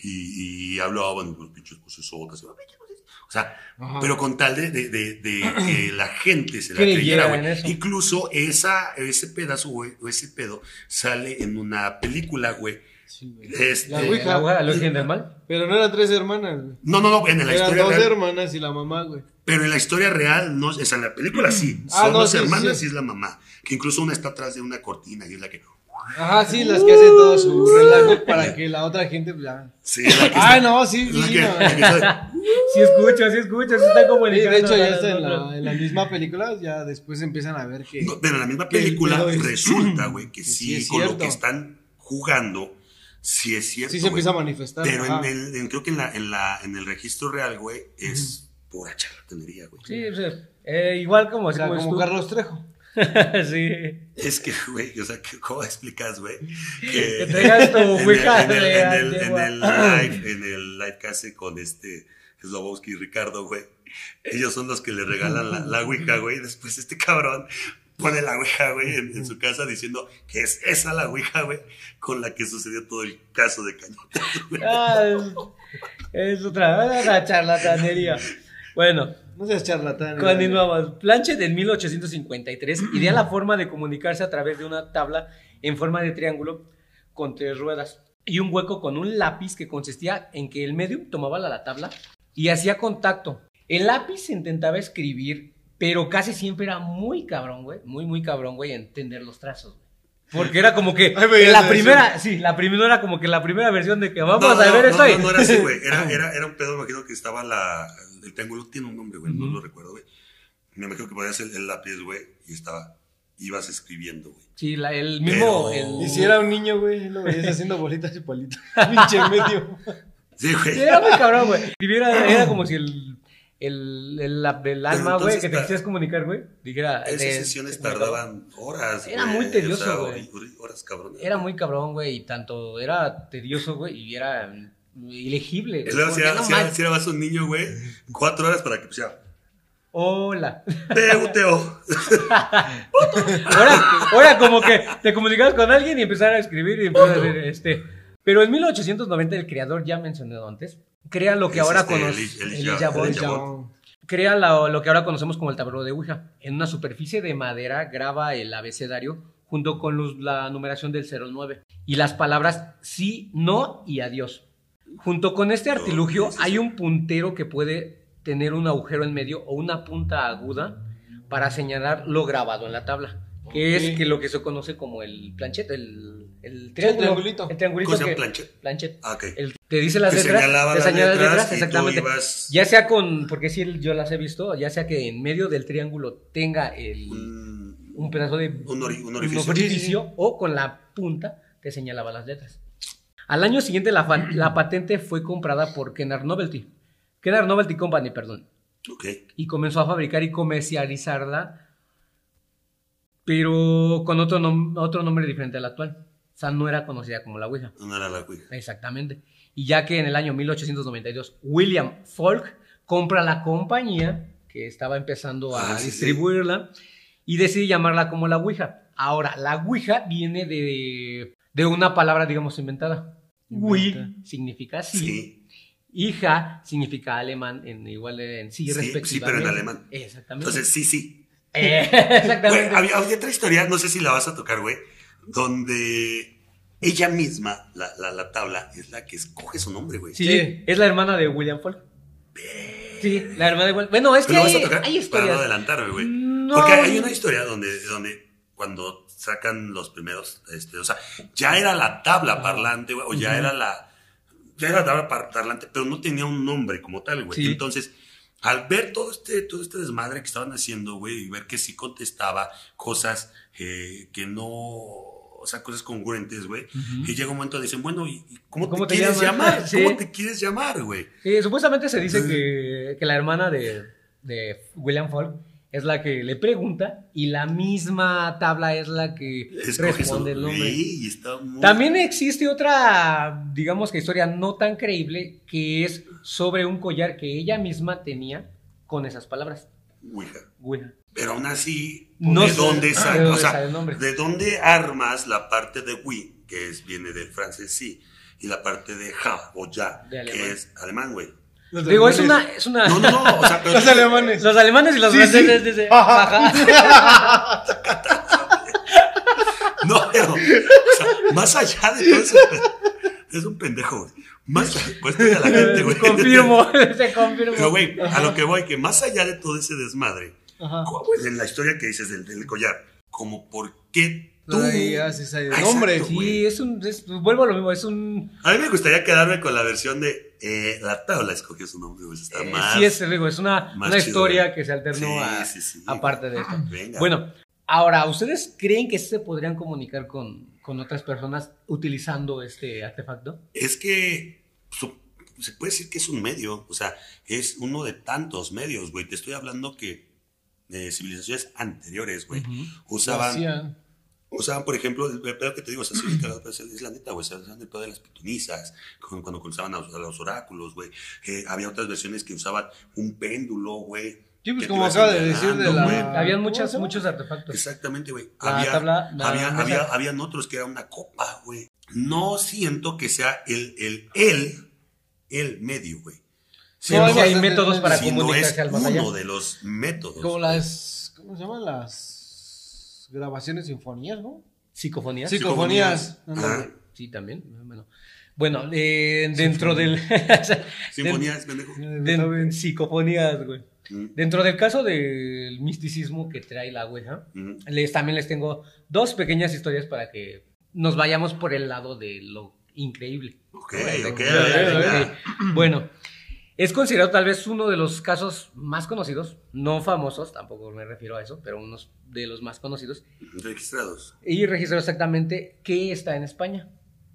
[SPEAKER 1] Y, y hablaban los pinches posesotas. O sea,
[SPEAKER 2] Ajá.
[SPEAKER 1] pero con tal de, de, de- de que la gente se la
[SPEAKER 3] Creyera
[SPEAKER 1] creyera,
[SPEAKER 3] en
[SPEAKER 1] güey.
[SPEAKER 3] eso.
[SPEAKER 1] Incluso esa, ese pedazo, güey, o ese pedo, sale en una película, güey.
[SPEAKER 2] Sí, güey.
[SPEAKER 1] Este,
[SPEAKER 2] La
[SPEAKER 3] Eh,
[SPEAKER 2] Ouija.
[SPEAKER 3] la Ouija, el origen del mal.
[SPEAKER 2] Pero no eran tres hermanas, güey.
[SPEAKER 1] No, no, no, en la
[SPEAKER 2] Eran
[SPEAKER 1] historia
[SPEAKER 2] dos
[SPEAKER 1] real.
[SPEAKER 2] hermanas y la mamá, güey.
[SPEAKER 1] Pero en la historia real, no, o sea, en la película sí.
[SPEAKER 2] Ah,
[SPEAKER 1] Son
[SPEAKER 2] no,
[SPEAKER 1] dos
[SPEAKER 2] sí, sí,
[SPEAKER 1] hermanas
[SPEAKER 2] sí.
[SPEAKER 1] y es la mamá. Que incluso una está atrás de una cortina y es la que.
[SPEAKER 2] Ajá, sí, las que hacen todo su relajo para que la otra gente, pues, ya.
[SPEAKER 1] Sí, es la que
[SPEAKER 2] Ah,
[SPEAKER 1] está-
[SPEAKER 2] no, sí,
[SPEAKER 1] es la
[SPEAKER 2] sí,
[SPEAKER 1] que-
[SPEAKER 2] no.
[SPEAKER 1] la que está-
[SPEAKER 3] Sí escucho, sí escucho, sí está
[SPEAKER 2] Sí,
[SPEAKER 3] comunicando.
[SPEAKER 2] de hecho, ya
[SPEAKER 3] con
[SPEAKER 2] está en
[SPEAKER 3] nosotros.
[SPEAKER 2] la, en la misma película, ya después empiezan a ver que...
[SPEAKER 1] No, pero en la misma
[SPEAKER 2] que el
[SPEAKER 1] película
[SPEAKER 2] pedo es-
[SPEAKER 1] resulta, güey, que
[SPEAKER 2] que
[SPEAKER 1] sí,
[SPEAKER 2] sí es
[SPEAKER 1] con lo
[SPEAKER 2] cierto.
[SPEAKER 1] que están jugando, sí es cierto.
[SPEAKER 2] Sí se
[SPEAKER 1] güey.
[SPEAKER 2] empieza a manifestar.
[SPEAKER 1] Pero en
[SPEAKER 2] ajá.
[SPEAKER 1] el, en- creo que en la, en la, en el registro real, güey, es pura charlatanería, güey.
[SPEAKER 3] Sí, sí. Eh, igual como,
[SPEAKER 2] O sea,
[SPEAKER 3] como
[SPEAKER 2] como
[SPEAKER 3] tú.
[SPEAKER 2] Carlos Trejo.
[SPEAKER 3] Sí.
[SPEAKER 1] Es que, güey, o sea, ¿cómo explicas, güey? Que,
[SPEAKER 3] que traigas tu ouija
[SPEAKER 1] en el,
[SPEAKER 3] de
[SPEAKER 1] en el, en
[SPEAKER 3] antigua.
[SPEAKER 1] el live, en el live que hace con este Slobowski y Ricardo, güey. Ellos son los que le regalan la, la ouija, güey. Después este cabrón pone la ouija, güey, en, en su casa diciendo que es esa la ouija, güey, con la que sucedió todo el caso de Cañotas, güey.
[SPEAKER 3] Ah, es, es otra, otra charlatanería. Bueno,
[SPEAKER 2] No seas charlatán.
[SPEAKER 3] continuamos. Planchet en mil ochocientos cincuenta y tres idea la forma de comunicarse a través de una tabla en forma de triángulo con tres ruedas y un hueco con un lápiz que consistía en que el medium tomaba la, la tabla y hacía contacto. El lápiz intentaba escribir, pero casi siempre era muy cabrón, güey. Muy, muy cabrón, güey, entender los trazos, güey. Porque era como que
[SPEAKER 2] Ay, güey,
[SPEAKER 3] la
[SPEAKER 2] eso.
[SPEAKER 3] primera, sí, la primera era como que la primera versión de que vamos
[SPEAKER 1] No,
[SPEAKER 3] a
[SPEAKER 1] no,
[SPEAKER 3] ver
[SPEAKER 1] no,
[SPEAKER 3] esto.
[SPEAKER 1] no,
[SPEAKER 3] y-
[SPEAKER 1] no, no era así, güey. Era, era, era un pedo, me imagino que estaba la. El triángulo tiene un nombre, güey. No
[SPEAKER 3] Ujú.
[SPEAKER 1] lo recuerdo, güey. Me imagino que ponías el, el lápiz, güey, y estaba. Ibas escribiendo, güey.
[SPEAKER 3] Sí, la- el mismo.
[SPEAKER 1] Pero-
[SPEAKER 3] el-
[SPEAKER 2] Y si era un niño, güey, lo veías haciendo bolitas y palitos. Pinche medio.
[SPEAKER 1] Sí, güey.
[SPEAKER 3] Sí, era muy cabrón, güey. Escribiera, era como si el. El, el, la- el alma, güey,
[SPEAKER 1] entonces
[SPEAKER 3] que te
[SPEAKER 1] ta-
[SPEAKER 3] quisieras comunicar, güey. Dijera.
[SPEAKER 1] Esas
[SPEAKER 3] te-
[SPEAKER 1] sesiones
[SPEAKER 3] te comunicaba.
[SPEAKER 1] tardaban horas.
[SPEAKER 3] Era
[SPEAKER 1] güey,
[SPEAKER 3] muy tedioso,
[SPEAKER 1] o sea,
[SPEAKER 3] güey.
[SPEAKER 1] hori- hori- Horas cabrones.
[SPEAKER 3] Era muy cabrón, güey. Y tanto era tedioso, güey. Y era ilegible.
[SPEAKER 1] Y
[SPEAKER 3] güey,
[SPEAKER 1] luego, si
[SPEAKER 3] porque
[SPEAKER 1] era,
[SPEAKER 3] no
[SPEAKER 1] si era-
[SPEAKER 3] manches.
[SPEAKER 1] si era vas a un niño, güey, cuatro horas para que pusiera.
[SPEAKER 3] Hola.
[SPEAKER 1] Teo, Teo.
[SPEAKER 3] Ahora, ahora como que te comunicabas con alguien y empezar a escribir y empezar a hacer este. Pero en mil ochocientos noventa el creador ya mencionado antes crea lo que
[SPEAKER 1] Es
[SPEAKER 3] ahora
[SPEAKER 1] este,
[SPEAKER 3] conocemos.
[SPEAKER 1] Eli- Elijah- Elijah Wood.
[SPEAKER 3] Crea la- lo que ahora conocemos como el tablero de Ouija. En una superficie de madera graba el abecedario junto con los- la numeración del cero al nueve y las palabras sí, no y adiós. Junto con este artilugio
[SPEAKER 1] sí, sí, sí.
[SPEAKER 3] hay un puntero que puede tener un agujero en medio o una punta aguda para señalar lo grabado en la tabla, que
[SPEAKER 2] Ok.
[SPEAKER 3] es que lo que se conoce como el planchet, el, el triángulo,
[SPEAKER 2] triangulito.
[SPEAKER 3] el triangulito
[SPEAKER 1] ¿Cómo se llama?
[SPEAKER 3] que-
[SPEAKER 1] Planchet?
[SPEAKER 3] planchet.
[SPEAKER 1] Ah, ok.
[SPEAKER 3] El- te dice las
[SPEAKER 1] Te
[SPEAKER 3] letras,
[SPEAKER 1] señalaba
[SPEAKER 3] te
[SPEAKER 1] las
[SPEAKER 3] señala las
[SPEAKER 1] letras
[SPEAKER 3] letras,
[SPEAKER 1] y tú
[SPEAKER 3] exactamente.
[SPEAKER 1] ibas-
[SPEAKER 3] Ya sea con, porque sí, yo las he visto, ya sea que en medio del triángulo tenga el,
[SPEAKER 1] Un,
[SPEAKER 3] un pedazo de
[SPEAKER 1] un ori- un
[SPEAKER 3] un
[SPEAKER 1] orificio.
[SPEAKER 3] orificio, o con la punta te señalaba las letras. Al año siguiente la, fa- la patente fue comprada por Kennard Novelty, Kennard Novelty Company, perdón,
[SPEAKER 1] Ok.
[SPEAKER 3] y comenzó a fabricar y comercializarla, pero con otro, nom- otro nombre diferente al actual. O sea, no era conocida como la Ouija.
[SPEAKER 1] No era la Ouija.
[SPEAKER 3] Exactamente. Y ya que en el año mil ochocientos noventa y dos William Falk compra la compañía que estaba empezando a
[SPEAKER 1] Ah, sí, sí.
[SPEAKER 3] distribuirla y decide llamarla como la Ouija. Ahora, la Ouija viene de, de una palabra, digamos, inventada. Wi
[SPEAKER 2] Inventa.
[SPEAKER 3] significa sí.
[SPEAKER 1] Sí.
[SPEAKER 3] Hija significa alemán en igual en sí,
[SPEAKER 1] Sí,
[SPEAKER 3] respectivamente.
[SPEAKER 1] sí, pero en alemán.
[SPEAKER 3] Exactamente.
[SPEAKER 1] Entonces, sí, sí.
[SPEAKER 3] Eh,
[SPEAKER 1] Güey,
[SPEAKER 3] exactamente.
[SPEAKER 1] había, había otra historia, no sé si la vas a tocar, güey, donde ella misma, la, la, la tabla, es la que escoge su nombre, güey.
[SPEAKER 3] Sí,
[SPEAKER 2] Sí.
[SPEAKER 3] es la hermana de William Falk. Sí, la hermana de William. Bueno, es
[SPEAKER 1] ¿Tú
[SPEAKER 3] que
[SPEAKER 1] lo vas
[SPEAKER 3] hay,
[SPEAKER 1] a tocar?
[SPEAKER 3] hay
[SPEAKER 1] Para
[SPEAKER 3] historias.
[SPEAKER 1] no adelantarme, güey.
[SPEAKER 3] No.
[SPEAKER 1] Porque hay una historia donde, donde cuando sacan los primeros, este, o sea, ya era la tabla parlante, güey, o ya
[SPEAKER 3] Ujú.
[SPEAKER 1] era la, ya era la tabla par- parlante, pero no tenía un nombre como tal, güey.
[SPEAKER 3] Sí.
[SPEAKER 1] Entonces, al ver todo este, todo este desmadre que estaban haciendo, güey, y ver que sí contestaba cosas eh, que no, o sea, cosas congruentes, güey,
[SPEAKER 3] Ujú.
[SPEAKER 1] y llega un momento donde dicen, bueno, ¿y y cómo,
[SPEAKER 3] ¿Cómo
[SPEAKER 1] te,
[SPEAKER 3] te
[SPEAKER 1] quieres
[SPEAKER 3] llamas?
[SPEAKER 1] llamar?
[SPEAKER 3] Sí.
[SPEAKER 1] ¿Cómo te quieres llamar, güey?
[SPEAKER 3] Sí, supuestamente se dice que, que la hermana de, de William Falk es la que le pregunta y la misma tabla es la que
[SPEAKER 1] Escoge su
[SPEAKER 3] responde el nombre.
[SPEAKER 1] Sí, y está muy...
[SPEAKER 3] También existe otra, digamos que historia no tan creíble, que es sobre un collar que ella misma tenía con esas palabras.
[SPEAKER 1] Ouija.
[SPEAKER 3] Ouija.
[SPEAKER 1] Pero aún así,
[SPEAKER 3] No
[SPEAKER 1] ¿de
[SPEAKER 3] sé.
[SPEAKER 1] dónde
[SPEAKER 3] ¿De
[SPEAKER 1] sale?
[SPEAKER 3] dónde
[SPEAKER 1] O sea,
[SPEAKER 3] sale el nombre?
[SPEAKER 1] ¿de dónde armas la parte de Wii, que es, viene del francés sí, y la parte de ja o ya,
[SPEAKER 3] De alemán.
[SPEAKER 1] que es alemán, güey?
[SPEAKER 2] Los
[SPEAKER 3] Digo, es
[SPEAKER 2] alemanes.
[SPEAKER 3] una, es una...
[SPEAKER 1] No, no, no, o sea, pero...
[SPEAKER 2] Los alemanes.
[SPEAKER 3] Los alemanes y los
[SPEAKER 2] Sí,
[SPEAKER 3] franceses
[SPEAKER 2] sí.
[SPEAKER 3] dicen,
[SPEAKER 2] Ajá.
[SPEAKER 3] ajá.
[SPEAKER 1] No, pero, o sea, más allá de todo eso, es un pendejo, güey. Más allá, cuéntale a la gente, güey.
[SPEAKER 3] Confirmo, se confirmo.
[SPEAKER 1] Pero, güey, a lo que voy, que más allá de todo ese desmadre,
[SPEAKER 2] Ajá.
[SPEAKER 1] ¿cómo es en la historia que dices del, del collar? Como, ¿por qué tú?
[SPEAKER 2] Ahí haces ahí el
[SPEAKER 1] Ah,
[SPEAKER 2] nombre.
[SPEAKER 1] exacto,
[SPEAKER 3] Sí,
[SPEAKER 1] güey.
[SPEAKER 3] es un, es- vuelvo a lo mismo, es un...
[SPEAKER 1] A mí me gustaría quedarme con la versión de eh, la tabla escogió su nombre, güey. Está
[SPEAKER 3] eh,
[SPEAKER 1] más.
[SPEAKER 3] sí, es, digo, es una,
[SPEAKER 1] más
[SPEAKER 3] una
[SPEAKER 1] chido,
[SPEAKER 3] historia
[SPEAKER 1] güey.
[SPEAKER 3] que se alternó
[SPEAKER 1] Sí,
[SPEAKER 3] a,
[SPEAKER 1] sí, sí.
[SPEAKER 3] aparte de esto.
[SPEAKER 1] Venga.
[SPEAKER 3] Bueno, ahora, ¿ustedes creen que se podrían comunicar con, con otras personas utilizando este artefacto?
[SPEAKER 1] Es que su- se puede decir que es un medio, o sea, es uno de tantos medios, güey. Te estoy hablando que eh, civilizaciones anteriores, güey,
[SPEAKER 3] Ujú.
[SPEAKER 1] usaban,
[SPEAKER 2] Hacían.
[SPEAKER 1] usaban, por ejemplo, el pedo que te digo, o sea, sí, es, es la neta, güey, se usaban el pedo de las pitonizas, cuando, cuando usaban a, a los oráculos, güey. Eh, había otras versiones que usaban un péndulo, güey.
[SPEAKER 2] Sí, pues
[SPEAKER 1] que te
[SPEAKER 2] como
[SPEAKER 1] ibas
[SPEAKER 2] acaba de decir de
[SPEAKER 1] señalando,
[SPEAKER 2] la...
[SPEAKER 1] güey.
[SPEAKER 3] Habían
[SPEAKER 2] ¿cómo
[SPEAKER 3] muchas,
[SPEAKER 2] se llama?
[SPEAKER 3] muchos artefactos.
[SPEAKER 1] Exactamente, güey.
[SPEAKER 3] La
[SPEAKER 1] Había,
[SPEAKER 3] tabla, la
[SPEAKER 1] había,
[SPEAKER 3] mesa.
[SPEAKER 1] había, habían otros que era una copa, güey. No siento que sea el, el, el, el medio, güey.
[SPEAKER 2] No,
[SPEAKER 1] Sino-
[SPEAKER 3] Sí, hay
[SPEAKER 2] es-
[SPEAKER 3] métodos
[SPEAKER 2] es-
[SPEAKER 3] para
[SPEAKER 1] sino es
[SPEAKER 3] comunicarse al más allá.
[SPEAKER 1] uno de los métodos.
[SPEAKER 2] Como las... ¿Cómo se llaman? Las grabaciones sinfonías, ¿no?
[SPEAKER 3] Psicofonías.
[SPEAKER 2] Sí.
[SPEAKER 1] Psicofonías.
[SPEAKER 2] Psicofonías.
[SPEAKER 1] Ajá.
[SPEAKER 3] Sí, también. Bueno, bueno eh, dentro del...
[SPEAKER 1] Sinfonías, pendejo.
[SPEAKER 3] Den- psicofonías, güey.
[SPEAKER 1] Mm,
[SPEAKER 3] Dentro del caso del misticismo que trae la Ouija,
[SPEAKER 1] mm.
[SPEAKER 3] les, también les tengo dos pequeñas historias para que nos vayamos por el lado de lo increíble.
[SPEAKER 1] Ok,
[SPEAKER 3] De-
[SPEAKER 1] ok,
[SPEAKER 3] de-
[SPEAKER 1] a ver,
[SPEAKER 3] de-
[SPEAKER 1] venga.
[SPEAKER 3] de- Bueno, es considerado tal vez uno de los casos más conocidos, no famosos, tampoco me refiero a eso, pero unos de los más conocidos,
[SPEAKER 1] Registrados.
[SPEAKER 3] y registrado exactamente que está en España.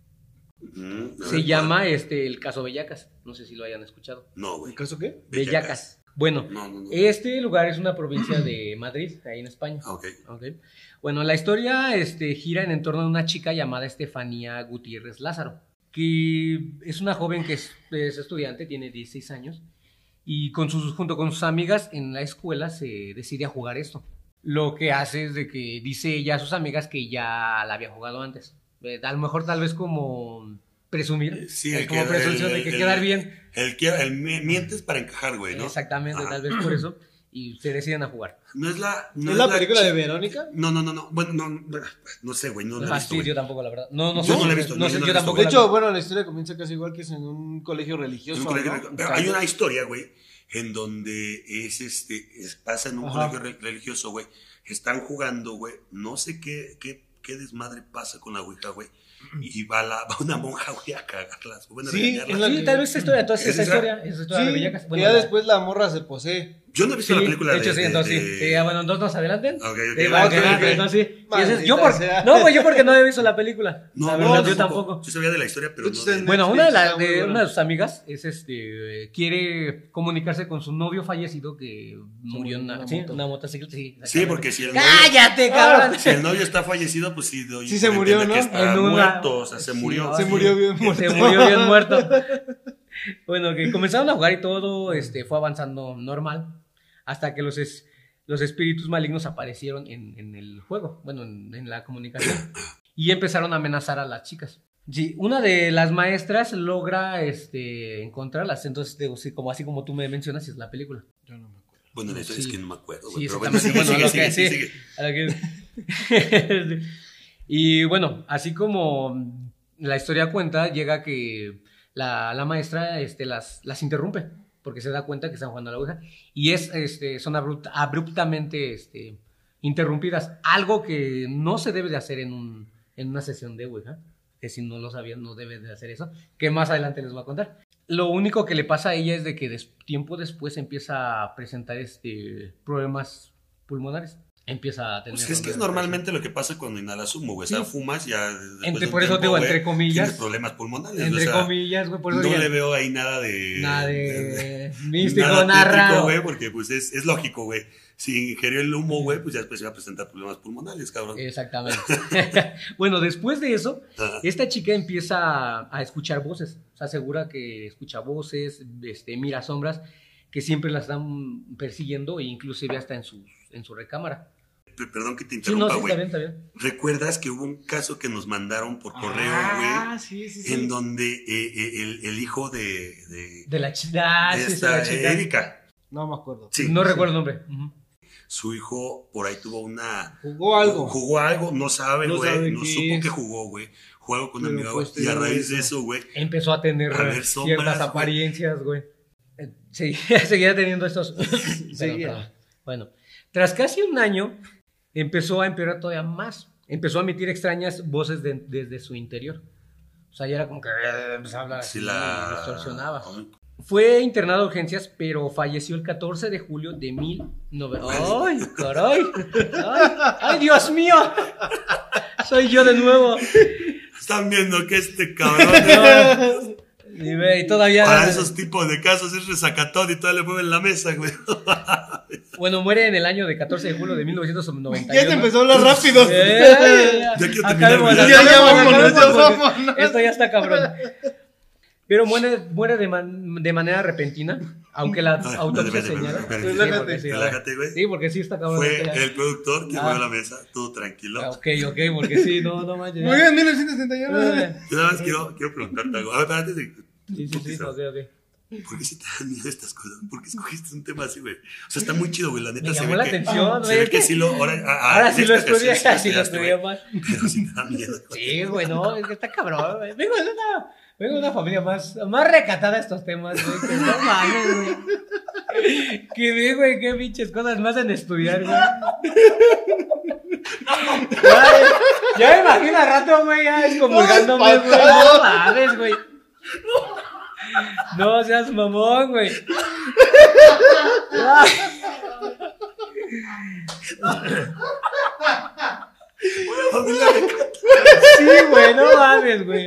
[SPEAKER 1] Mm, a
[SPEAKER 3] Se
[SPEAKER 1] ver,
[SPEAKER 3] llama
[SPEAKER 1] ¿cuál?
[SPEAKER 3] este el caso Bellacas, no sé si lo hayan escuchado.
[SPEAKER 1] No, güey.
[SPEAKER 2] ¿El caso qué?
[SPEAKER 3] Bellacas. Bueno,
[SPEAKER 1] No, no, no.
[SPEAKER 3] este lugar es una provincia de Madrid, ahí en España.
[SPEAKER 1] Ah, ok.
[SPEAKER 3] Ok. Bueno, la historia este, gira en torno a una chica llamada Estefanía Gutiérrez Lázaro, que es una joven que es, es estudiante, tiene dieciséis años, y con sus, junto con sus amigas en la escuela se decide a jugar esto. Lo que hace es de que dice ella a sus amigas que ya la había jugado antes. Eh, A lo mejor tal vez como presumir,
[SPEAKER 1] Sí,
[SPEAKER 3] eh,
[SPEAKER 1] el
[SPEAKER 3] como
[SPEAKER 1] que-
[SPEAKER 3] presunción
[SPEAKER 1] el-
[SPEAKER 3] de que
[SPEAKER 1] el-
[SPEAKER 3] quedar bien.
[SPEAKER 1] El que el mi- mientes para encajar, güey, ¿no?
[SPEAKER 3] Exactamente,
[SPEAKER 1] Ajá.
[SPEAKER 3] tal vez por eso, y se deciden a jugar.
[SPEAKER 1] No es la. No
[SPEAKER 2] ¿Es la película
[SPEAKER 1] chi-
[SPEAKER 2] de Verónica?
[SPEAKER 1] No, no, no, no. Bueno, no, no sé, güey. No la he visto,
[SPEAKER 3] Fastidio
[SPEAKER 1] güey.
[SPEAKER 3] tampoco, la verdad. No, no,
[SPEAKER 1] Yo
[SPEAKER 3] sé,
[SPEAKER 1] no la he visto,
[SPEAKER 3] no
[SPEAKER 1] no,
[SPEAKER 3] sé,
[SPEAKER 1] yo no
[SPEAKER 3] yo
[SPEAKER 1] la he
[SPEAKER 3] tampoco
[SPEAKER 2] De
[SPEAKER 1] visto,
[SPEAKER 3] la
[SPEAKER 2] hecho, bueno, la historia comienza casi igual que es en un colegio religioso.
[SPEAKER 1] Es un colegio
[SPEAKER 2] ¿no?
[SPEAKER 1] religioso. Pero hay una historia, güey, en donde es este. Es, pasa en un
[SPEAKER 2] Ajá.
[SPEAKER 1] colegio re- religioso, güey. Están jugando, güey. No sé qué, qué, qué desmadre pasa con la Ouija, güey. Y va, la, va una monja, güey, a cagarlas. Bueno, a
[SPEAKER 2] Sí,
[SPEAKER 1] regañarlas.
[SPEAKER 2] es la
[SPEAKER 3] Sí,
[SPEAKER 2] que-
[SPEAKER 3] tal vez esa historia, entonces
[SPEAKER 1] ¿Es
[SPEAKER 3] esa
[SPEAKER 1] esa?
[SPEAKER 3] historia, esa historia de
[SPEAKER 2] Sí,
[SPEAKER 3] Bellacas.
[SPEAKER 2] que
[SPEAKER 3] Bueno,
[SPEAKER 2] ya
[SPEAKER 3] la-
[SPEAKER 2] después la morra se posee.
[SPEAKER 1] Yo no he visto
[SPEAKER 3] Sí,
[SPEAKER 1] la película
[SPEAKER 3] de hecho, sí, entonces sí. Sí, ah, bueno, entonces nos adelanten.
[SPEAKER 1] Ok, ok,
[SPEAKER 3] Sí,
[SPEAKER 1] ok,
[SPEAKER 3] va,
[SPEAKER 1] ok,
[SPEAKER 3] que-
[SPEAKER 1] ok.
[SPEAKER 3] entonces sí. Y
[SPEAKER 2] Maldita
[SPEAKER 3] ese- yo por-
[SPEAKER 2] sea.
[SPEAKER 3] no, güey, yo porque no he visto la película.
[SPEAKER 1] No,
[SPEAKER 3] la
[SPEAKER 1] no,
[SPEAKER 3] verdad,
[SPEAKER 1] no,
[SPEAKER 3] yo tampoco.
[SPEAKER 1] Yo sabía de la historia, pero no.
[SPEAKER 2] Tú
[SPEAKER 1] de-
[SPEAKER 2] ten-
[SPEAKER 3] Bueno, una de, las
[SPEAKER 2] está muy
[SPEAKER 3] de,
[SPEAKER 2] buena.
[SPEAKER 3] una de sus amigas es este, eh, quiere comunicarse con su novio fallecido que murió en
[SPEAKER 2] murió en
[SPEAKER 3] una,
[SPEAKER 2] una
[SPEAKER 3] sí,
[SPEAKER 2] moto.
[SPEAKER 3] una motocicleta. Sí,
[SPEAKER 1] Sí, porque si el novio,
[SPEAKER 3] ¡cállate, cabrón!
[SPEAKER 1] si el novio está fallecido, pues sí, doy
[SPEAKER 2] Sí se
[SPEAKER 1] por
[SPEAKER 2] murió,
[SPEAKER 1] entender
[SPEAKER 2] ¿no?
[SPEAKER 1] que está
[SPEAKER 3] En una-
[SPEAKER 1] muerto, o sea, se
[SPEAKER 3] Sí,
[SPEAKER 1] murió.
[SPEAKER 3] no,
[SPEAKER 2] Se
[SPEAKER 3] sí.
[SPEAKER 2] murió bien
[SPEAKER 3] Se
[SPEAKER 2] muerto.
[SPEAKER 3] murió bien muerto. Bueno, que comenzaron a jugar y todo este, fue avanzando normal hasta que los, es- los espíritus malignos aparecieron en, en el juego, bueno, en, en la comunicación, y empezaron a amenazar a las chicas. Sí, una de las maestras logra este, encontrarlas, entonces, digo, sí, como, así como tú me mencionas, es la película.
[SPEAKER 2] Yo no me acuerdo.
[SPEAKER 1] Bueno, la historia
[SPEAKER 3] Sí.
[SPEAKER 1] es que no me acuerdo,
[SPEAKER 3] Sí,
[SPEAKER 1] güey. Pero bueno,
[SPEAKER 3] exactamente.
[SPEAKER 1] sigue,
[SPEAKER 3] Bueno,
[SPEAKER 1] sigue,
[SPEAKER 3] lo que-
[SPEAKER 1] sigue,
[SPEAKER 3] sí.
[SPEAKER 1] sigue, sigue.
[SPEAKER 3] A la que- Y bueno, así como la historia cuenta, llega que la, la maestra este, las, las interrumpe, porque se da cuenta que están jugando a la Ouija, y es, este, son abrupt- abruptamente este, interrumpidas, algo que no se debe de hacer en, un, en una sesión de Ouija, que si no lo sabían no deben de hacer eso, que más adelante les voy a contar. Lo único que le pasa a ella es de que des- tiempo después empieza a presentar este, problemas pulmonares. Empieza a tener...
[SPEAKER 1] Pues es que es normalmente lo que pasa cuando inhalas humo, güey. O sea,
[SPEAKER 3] Sí.
[SPEAKER 1] fumas ya. después de
[SPEAKER 3] Entre,
[SPEAKER 1] un
[SPEAKER 3] por eso
[SPEAKER 1] tiempo,
[SPEAKER 3] digo, entre
[SPEAKER 1] güey,
[SPEAKER 3] comillas.
[SPEAKER 1] Tienes problemas pulmonares.
[SPEAKER 3] Entre
[SPEAKER 1] o sea,
[SPEAKER 3] comillas, güey, por eso
[SPEAKER 1] no
[SPEAKER 3] digan,
[SPEAKER 1] le veo ahí nada de.
[SPEAKER 3] nada de místico,
[SPEAKER 1] nada
[SPEAKER 3] nada
[SPEAKER 1] tétrico,
[SPEAKER 3] raro.
[SPEAKER 1] güey, porque pues es, es lógico, güey. Si ingirió el humo, güey, pues ya después se va a presentar problemas pulmonares, cabrón.
[SPEAKER 3] Exactamente. Bueno, después de eso,
[SPEAKER 1] Ajá.
[SPEAKER 3] esta chica empieza a, a escuchar voces. Se asegura que escucha voces, este, mira sombras que siempre la están persiguiendo e inclusive hasta en, sus, en su recámara.
[SPEAKER 1] P- Perdón que te
[SPEAKER 3] Sí, no,
[SPEAKER 1] interrumpa,
[SPEAKER 3] sí,
[SPEAKER 1] güey.
[SPEAKER 3] está bien, está bien.
[SPEAKER 1] ¿Recuerdas que hubo un caso que nos mandaron por correo,
[SPEAKER 2] Ah,
[SPEAKER 1] güey?
[SPEAKER 2] sí, sí, sí.
[SPEAKER 1] En donde eh, eh, el, el hijo de, de,
[SPEAKER 3] De la chica.
[SPEAKER 1] de
[SPEAKER 3] sí, sí,
[SPEAKER 1] esta
[SPEAKER 3] la chica.
[SPEAKER 1] Erika,
[SPEAKER 2] No me acuerdo.
[SPEAKER 1] sí,
[SPEAKER 3] no recuerdo el nombre. Ujú.
[SPEAKER 1] su hijo por ahí tuvo una.
[SPEAKER 2] Jugó algo.
[SPEAKER 1] Jugó algo, no sabe,
[SPEAKER 2] No
[SPEAKER 1] güey.
[SPEAKER 2] sabe
[SPEAKER 1] No,
[SPEAKER 2] qué
[SPEAKER 1] supo
[SPEAKER 2] es.
[SPEAKER 1] que jugó, güey. Jugó algo con una
[SPEAKER 2] Pero
[SPEAKER 1] amiga, güey.
[SPEAKER 2] pues
[SPEAKER 1] Y a
[SPEAKER 2] te
[SPEAKER 1] raíz
[SPEAKER 2] digo
[SPEAKER 1] de
[SPEAKER 2] eso.
[SPEAKER 1] eso, güey.
[SPEAKER 3] Empezó a tener
[SPEAKER 1] A ver,
[SPEAKER 3] eh,
[SPEAKER 1] sombras,
[SPEAKER 3] ciertas
[SPEAKER 1] güey.
[SPEAKER 3] apariencias, güey. Eh, Seguía, seguía teniendo estos...
[SPEAKER 2] Seguía.
[SPEAKER 3] Perdón, perdón. Bueno, tras casi un año, empezó a empeorar todavía más. Empezó a emitir extrañas voces de- desde su interior. O sea, ya era como que eh, empezaba a hablar
[SPEAKER 1] Si
[SPEAKER 3] así,
[SPEAKER 1] la.
[SPEAKER 3] distorsionaba. Fue internado a urgencias, pero falleció el catorce de julio de mil novecientos... ¡Ay, caray! ¡Ay, ay, Dios mío! Soy yo de nuevo.
[SPEAKER 1] Están viendo que este cabrón.
[SPEAKER 3] Y ve, y todavía...
[SPEAKER 1] Para esos tipos de casos es resacatón y todavía le mueven la mesa, güey.
[SPEAKER 3] Bueno, muere en el año de catorce de julio de mil novecientos noventa y uno.
[SPEAKER 2] Ya se empezó a hablar rápido.
[SPEAKER 3] Eh,
[SPEAKER 1] Ya quiero
[SPEAKER 3] acá
[SPEAKER 1] terminar,
[SPEAKER 3] vamos,
[SPEAKER 1] ya,
[SPEAKER 3] acá
[SPEAKER 2] ya, ya,
[SPEAKER 3] vamos,
[SPEAKER 2] vámonos,
[SPEAKER 3] acá
[SPEAKER 2] ya,
[SPEAKER 3] vamos, porque
[SPEAKER 2] vámonos.
[SPEAKER 3] esto ya está cabrón. Pero muere, muere de, man- de manera repentina, aunque la
[SPEAKER 1] Ay,
[SPEAKER 3] autopsia
[SPEAKER 1] espérate,
[SPEAKER 3] señala.
[SPEAKER 1] espérate,
[SPEAKER 3] Sí,
[SPEAKER 1] espérate.
[SPEAKER 3] porque sí,
[SPEAKER 1] Relájate, güey.
[SPEAKER 3] sí, porque sí está cabrón.
[SPEAKER 1] Fue
[SPEAKER 3] esto ya.
[SPEAKER 1] el productor que
[SPEAKER 3] Ah.
[SPEAKER 1] movió la mesa, tú tranquilo.
[SPEAKER 3] Ah, ok, ok, porque sí, no, no manches.
[SPEAKER 2] Murió en mil novecientos setenta y uno.
[SPEAKER 3] Eh,
[SPEAKER 1] Yo nada más quiero, quiero preguntarte algo. A ver, espérate. de-
[SPEAKER 3] Sí, sí, sí, ok, ok.
[SPEAKER 1] ¿Por qué se te dan miedo estas cosas? ¿Por qué escogiste un tema así, güey? O sea, está muy chido, güey. La neta
[SPEAKER 3] Me
[SPEAKER 1] se
[SPEAKER 3] llamó
[SPEAKER 1] ve
[SPEAKER 3] la
[SPEAKER 1] que,
[SPEAKER 3] atención,
[SPEAKER 1] se
[SPEAKER 3] güey.
[SPEAKER 1] ve que sí lo... Ahora, ah,
[SPEAKER 3] Ahora
[SPEAKER 1] ah,
[SPEAKER 3] sí lo
[SPEAKER 1] esta ocasión
[SPEAKER 3] estudié, sí lo
[SPEAKER 1] estudiaste,
[SPEAKER 3] estudié
[SPEAKER 1] güey.
[SPEAKER 3] más.
[SPEAKER 1] Pero sí te da miedo, güey.
[SPEAKER 3] Sí, güey, no, es que está cabrón, güey. Vengo de una, vengo de una familia más, más recatada a estos temas, güey. Que no mames, güey. Que ve, güey, qué pinches cosas más en estudiar, güey. Ya, ya me imagino al rato, güey, ya excomulgándome,
[SPEAKER 2] Ay,
[SPEAKER 3] güey.
[SPEAKER 2] espantado.
[SPEAKER 3] No mames, güey. No seas mamón, güey. Ay. Sí, güey, no mames, güey.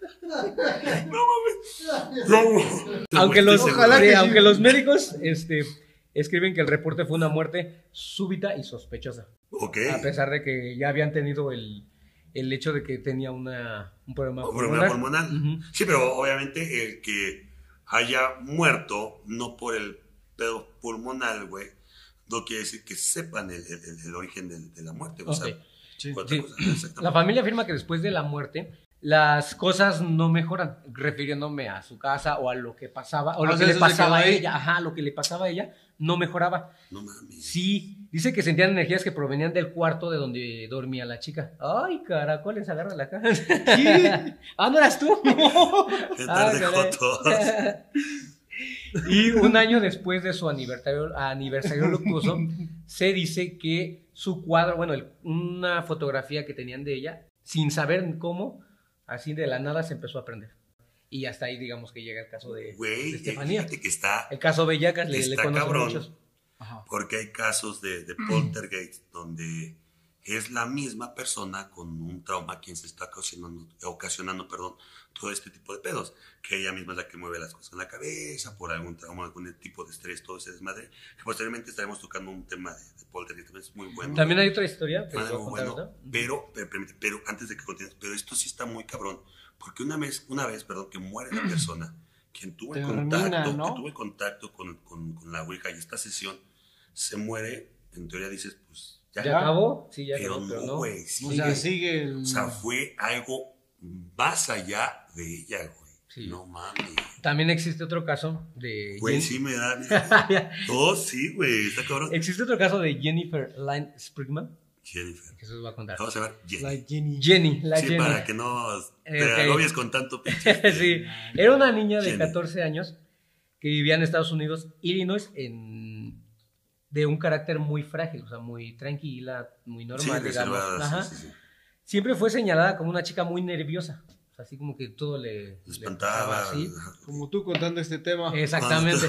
[SPEAKER 3] Aunque los,
[SPEAKER 2] Ojalá
[SPEAKER 3] sí,
[SPEAKER 2] que sí.
[SPEAKER 3] aunque los médicos este, escriben que el reporte fue una muerte súbita y sospechosa.
[SPEAKER 1] Ok.
[SPEAKER 3] A pesar de que ya habían tenido el, el hecho de que tenía una, un problema
[SPEAKER 1] Un problema
[SPEAKER 3] pulmonar.
[SPEAKER 1] pulmonar.
[SPEAKER 3] Ujú.
[SPEAKER 1] Sí, pero obviamente el que haya muerto no por el pedo pulmonar, güey, no quiere decir que sepan el, el- el origen del- de, la muerte. O sea,
[SPEAKER 3] Ok.
[SPEAKER 2] Sí.
[SPEAKER 1] otra
[SPEAKER 3] Sí.
[SPEAKER 1] cosa, exactamente.
[SPEAKER 3] La familia afirma que después de la muerte las cosas no mejoran, refiriéndome a su casa o a lo que pasaba, o
[SPEAKER 2] Ah,
[SPEAKER 3] lo
[SPEAKER 2] o
[SPEAKER 3] que
[SPEAKER 2] sea,
[SPEAKER 3] le
[SPEAKER 2] eso se
[SPEAKER 3] pasaba a
[SPEAKER 2] quedó ahí.
[SPEAKER 3] ella, ajá, lo que le pasaba a ella no mejoraba.
[SPEAKER 1] No mames.
[SPEAKER 3] Sí, dice que sentían energías que provenían del cuarto de donde dormía la chica. Ay, caracoles, agarra la cara. Ah, ¿no eras tú?
[SPEAKER 1] Qué
[SPEAKER 3] Ah,
[SPEAKER 1] tarde,
[SPEAKER 3] caray.
[SPEAKER 1] jotos.
[SPEAKER 3] Y un año después de su aniversario, aniversario luctuoso, se dice que su cuadro, bueno, el- una fotografía que tenían de ella, sin saber cómo, así de la nada se empezó a prender. Y hasta ahí digamos que llega el caso de, de
[SPEAKER 1] Güey,
[SPEAKER 3] Estefanía.
[SPEAKER 1] fíjate que está,
[SPEAKER 3] El caso Bellacas le, le
[SPEAKER 1] Está
[SPEAKER 3] conocen
[SPEAKER 1] cabrón.
[SPEAKER 3] muchos.
[SPEAKER 2] Ajá.
[SPEAKER 1] porque hay casos de, de poltergeist donde es la misma persona con un trauma quien se está ocasionando, ocasionando perdón, todo este tipo de pedos, que ella misma es la que mueve las cosas en la cabeza por algún trauma, algún tipo de estrés, todo ese desmadre, que posteriormente estaremos tocando un tema de, de poltergeist, también es muy bueno.
[SPEAKER 3] También hay otra historia que
[SPEAKER 1] Ah,
[SPEAKER 3] les voy a
[SPEAKER 1] muy
[SPEAKER 3] contar,
[SPEAKER 1] bueno,
[SPEAKER 3] ¿verdad?
[SPEAKER 1] pero, pero, permite- pero antes de que continúes, pero esto sí está muy cabrón, porque una vez, una vez, perdón, que muere la persona, quien tuvo el
[SPEAKER 2] Termina,
[SPEAKER 1] contacto,
[SPEAKER 2] ¿no?
[SPEAKER 1] que tuvo el contacto con, con, con la Ouija y esta sesión, se muere, en teoría dices, pues ya,
[SPEAKER 3] ¿Ya acabó? Sí, ya
[SPEAKER 1] pero
[SPEAKER 3] acabó, pero
[SPEAKER 1] no,
[SPEAKER 3] no.
[SPEAKER 1] güey,
[SPEAKER 2] O
[SPEAKER 1] sigue.
[SPEAKER 2] sea, sigue el...
[SPEAKER 1] O sea, fue algo más allá de ella, güey.
[SPEAKER 3] Sí.
[SPEAKER 1] No mames.
[SPEAKER 3] También existe otro caso de...
[SPEAKER 1] Güey,
[SPEAKER 3] Jen-
[SPEAKER 1] sí me da. mira. No, sí, güey, está cabrón.
[SPEAKER 3] Existe otro caso de Jennifer Lynn Sprigman,
[SPEAKER 1] Jennifer.
[SPEAKER 3] que se los va a contar.
[SPEAKER 1] Vamos a ver, Jenny.
[SPEAKER 2] Like Jenny.
[SPEAKER 3] Jenny, la
[SPEAKER 1] sí,
[SPEAKER 3] Jenny.
[SPEAKER 1] para que no te
[SPEAKER 3] Eh, ok.
[SPEAKER 1] agobies con tanto pinche.
[SPEAKER 3] Sí, era una niña de
[SPEAKER 1] Jenny.
[SPEAKER 3] catorce años que vivía en Estados Unidos, Illinois, en, de un carácter muy frágil, o sea, muy tranquila, muy normal,
[SPEAKER 1] Sí,
[SPEAKER 3] digamos.
[SPEAKER 1] reservada,
[SPEAKER 3] Ajá.
[SPEAKER 1] sí, sí, sí.
[SPEAKER 3] Siempre fue señalada como una chica muy nerviosa, o sea, así como que todo le, le
[SPEAKER 1] Espantaba.
[SPEAKER 3] pasaba así.
[SPEAKER 2] Como tú contando este tema.
[SPEAKER 3] Exactamente.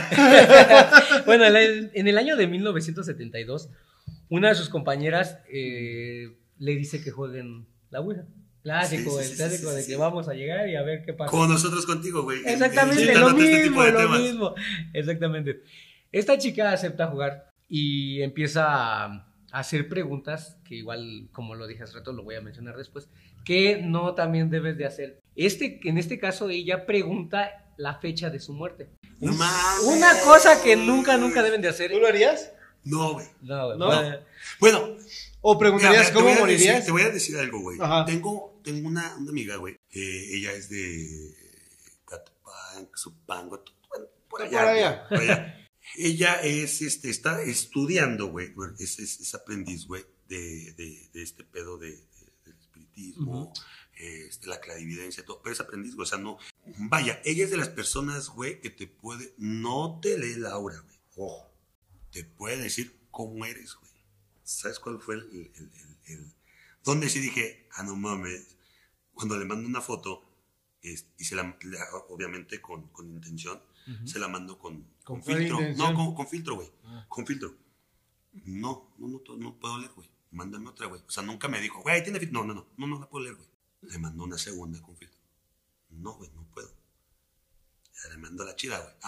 [SPEAKER 3] Bueno, en el, en el año de mil novecientos setenta y dos, una de sus compañeras eh, le dice que jueguen la Ouija. Clásico,
[SPEAKER 1] Sí, sí,
[SPEAKER 3] el
[SPEAKER 1] sí,
[SPEAKER 3] clásico
[SPEAKER 1] sí,
[SPEAKER 3] de
[SPEAKER 1] sí,
[SPEAKER 3] que
[SPEAKER 1] sí.
[SPEAKER 3] vamos a llegar y a ver qué pasa.
[SPEAKER 1] Como nosotros contigo, güey.
[SPEAKER 3] Exactamente,
[SPEAKER 1] Eh,
[SPEAKER 3] lo
[SPEAKER 1] citándote este tipo
[SPEAKER 3] mismo,
[SPEAKER 1] de
[SPEAKER 3] lo
[SPEAKER 1] temas.
[SPEAKER 3] mismo. Exactamente. Esta chica acepta jugar y empieza a hacer preguntas que igual, como lo dije hace rato, lo voy a mencionar después, que no también debes de hacer. Este, en este caso, ella pregunta la fecha de su muerte.
[SPEAKER 1] No mames.
[SPEAKER 3] Una cosa que nunca, nunca deben de hacer.
[SPEAKER 2] ¿Tú lo harías?
[SPEAKER 1] No, güey.
[SPEAKER 3] No, güey.
[SPEAKER 2] ¿No?
[SPEAKER 3] Bueno,
[SPEAKER 1] Bueno,
[SPEAKER 2] ¿O preguntarías
[SPEAKER 1] mira, te
[SPEAKER 2] cómo
[SPEAKER 1] voy a
[SPEAKER 2] morirías?
[SPEAKER 1] decir- te voy a decir algo, güey.
[SPEAKER 2] Ajá.
[SPEAKER 1] Tengo, tengo una, una amiga, güey. que ella es de Catepec, Zupango, todo- bueno, por
[SPEAKER 2] Por
[SPEAKER 1] allá.
[SPEAKER 2] allá.
[SPEAKER 1] güey, por allá. Ella es, este, está estudiando, güey. Es, es, es aprendiz, güey, de, de, de este pedo de, de- del espiritismo, este, la clarividencia, todo. Pero es aprendiz, güey. O sea, no. Vaya, ella es de las personas, güey, que te puede. No te lee la aura, güey. Ojo. Te puede decir cómo eres, güey. ¿Sabes cuál fue el, el, el, el- el- donde sí dije, ah, no mames, cuando le mando una foto, es- y se la, la- obviamente con, con intención, se la mando con, con,
[SPEAKER 2] ¿Con cuál
[SPEAKER 1] filtro.
[SPEAKER 2] intención?
[SPEAKER 1] No, con, con filtro, güey.
[SPEAKER 2] Ah.
[SPEAKER 1] Con filtro. No, no, no, to- no puedo leer, güey. Mándame otra, güey. O sea, nunca me dijo, güey, tiene filtro. No, no, no, no, no la puedo leer, güey. Le mando una segunda con filtro. No, güey, no puedo. Ya le mando la chida, güey. Ah, mira,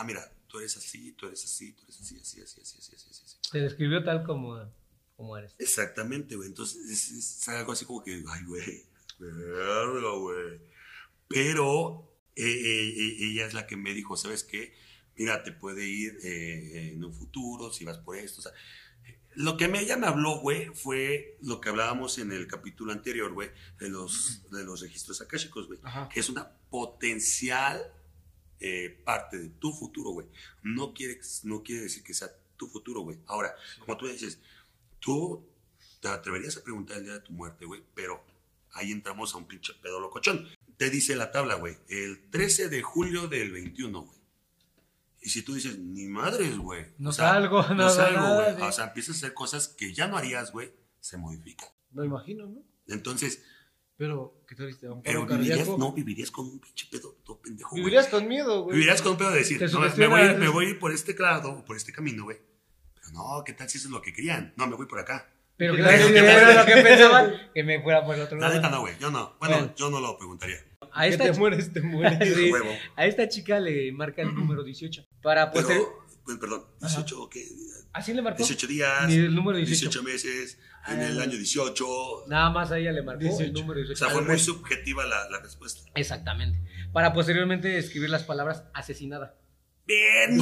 [SPEAKER 1] tú eres así, tú eres así, tú eres así, así, así, así, así, así, así.
[SPEAKER 3] Te describió tal como, como eres.
[SPEAKER 1] Exactamente, güey. Entonces es, es algo así como que, ay, güey, verga, güey. Pero eh, eh, eh, ella es la que me dijo, ¿sabes qué? Mira, te puede ir eh, en un futuro si vas por esto, o sea. Lo que me, ella me habló, güey, fue lo que hablábamos en el capítulo anterior, güey, de los, de los registros akáshicos, güey, que es una potencial eh, parte de tu futuro, güey. No quiere, no quiere decir que sea tu futuro, güey. Ahora, como tú dices, tú te atreverías a preguntar el día de tu muerte, güey, pero ahí entramos a un pinche pedo locochón. Te dice la tabla, güey, el trece de julio del veintiuno, güey. Y si tú dices, ni madres, güey.
[SPEAKER 3] No
[SPEAKER 1] o sea,
[SPEAKER 3] salgo, no,
[SPEAKER 1] no salgo,
[SPEAKER 3] nada,
[SPEAKER 1] güey.
[SPEAKER 3] sí.
[SPEAKER 1] O sea, empiezas a hacer cosas que ya no harías, güey, se modifican.
[SPEAKER 2] Me imagino, ¿no?
[SPEAKER 1] Entonces,
[SPEAKER 2] Pero, ¿qué tal? ¿Te da un
[SPEAKER 1] pero
[SPEAKER 2] paro
[SPEAKER 1] vivirías,
[SPEAKER 2] cardíaco?
[SPEAKER 1] no, vivirías con un pinche pedo todo pendejo, güey.
[SPEAKER 2] Vivirías con miedo, güey.
[SPEAKER 1] Vivirías con un pedo de decir,
[SPEAKER 3] Te
[SPEAKER 1] no, me, me voy,
[SPEAKER 3] sugestionas.
[SPEAKER 1] me voy por este lado o por este camino, güey. Pero no, ¿qué tal si eso es lo que querían? No, me voy por acá.
[SPEAKER 3] Pero
[SPEAKER 2] ¿Qué
[SPEAKER 3] que
[SPEAKER 2] tal
[SPEAKER 3] tal
[SPEAKER 2] si
[SPEAKER 3] si
[SPEAKER 2] te
[SPEAKER 3] era
[SPEAKER 2] mueres?
[SPEAKER 3] lo que pensaban, que me fuera por el otro
[SPEAKER 1] La
[SPEAKER 3] lado.
[SPEAKER 1] neta no, güey. Yo no. Bueno,
[SPEAKER 3] Bueno.
[SPEAKER 1] yo no lo preguntaría.
[SPEAKER 3] A
[SPEAKER 2] Que
[SPEAKER 3] esta,
[SPEAKER 2] te mueres, te mueres.
[SPEAKER 3] sí,
[SPEAKER 1] Huevo.
[SPEAKER 3] a esta chica le marca el número dieciocho. Para
[SPEAKER 1] Pero,
[SPEAKER 3] poder...
[SPEAKER 1] pues, perdón, dieciocho, ¿o qué?
[SPEAKER 3] Así le marcó.
[SPEAKER 1] dieciocho días,
[SPEAKER 3] Ni el número dieciocho.
[SPEAKER 1] dieciocho meses, en
[SPEAKER 3] Ah.
[SPEAKER 1] el año dieciocho.
[SPEAKER 3] Nada más a ella le marcó el
[SPEAKER 2] dieciocho.
[SPEAKER 3] número
[SPEAKER 1] O
[SPEAKER 3] dieciocho.
[SPEAKER 1] sea, fue
[SPEAKER 3] Al
[SPEAKER 1] muy
[SPEAKER 3] resto-
[SPEAKER 1] subjetiva la, la respuesta.
[SPEAKER 3] Exactamente. Para posteriormente escribir las palabras asesinada.
[SPEAKER 1] Bien, no,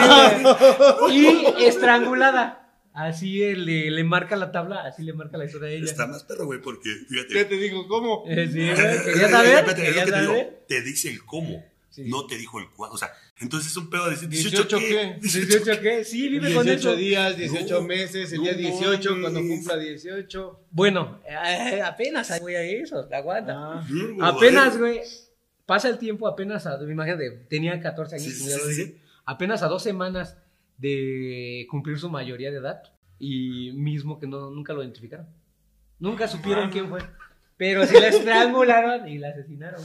[SPEAKER 3] Y estrangulada. Así eh, le, le marca la tabla, así le marca la historia de ella.
[SPEAKER 1] está más perro, güey, porque, fíjate.
[SPEAKER 2] ¿Qué te digo? ¿Cómo?
[SPEAKER 3] Eh, sí,
[SPEAKER 1] Eh,
[SPEAKER 3] güey,
[SPEAKER 1] eh,
[SPEAKER 3] quería
[SPEAKER 1] eh,
[SPEAKER 3] saber,
[SPEAKER 1] espérate, es lo
[SPEAKER 3] quería
[SPEAKER 1] que te digo,
[SPEAKER 3] saber.
[SPEAKER 1] te dice el cómo,
[SPEAKER 3] Sí.
[SPEAKER 1] no te dijo el cuándo. O sea, entonces es un pedo de decir,
[SPEAKER 2] ¿dieciocho qué?
[SPEAKER 3] ¿dieciocho qué? Sí, vive con
[SPEAKER 2] dieciocho
[SPEAKER 3] eso.
[SPEAKER 2] días, dieciocho
[SPEAKER 1] No,
[SPEAKER 2] meses, el
[SPEAKER 1] no
[SPEAKER 2] día dieciocho,
[SPEAKER 1] mames.
[SPEAKER 2] cuando cumpla dieciocho.
[SPEAKER 3] Bueno, eh, apenas voy a eso, aguanta.
[SPEAKER 2] Ah,
[SPEAKER 1] Virgo,
[SPEAKER 3] Apenas,
[SPEAKER 1] güey.
[SPEAKER 3] güey, pasa el tiempo, apenas a, imagínate, tenía catorce años,
[SPEAKER 1] Sí, sí,
[SPEAKER 3] como ya lo
[SPEAKER 1] sí,
[SPEAKER 3] dije,
[SPEAKER 1] sí.
[SPEAKER 3] apenas a dos semanas de cumplir su mayoría de edad y mismo que no, nunca lo identificaron. Nunca supieron quién fue, pero sí la estrangularon y la asesinaron.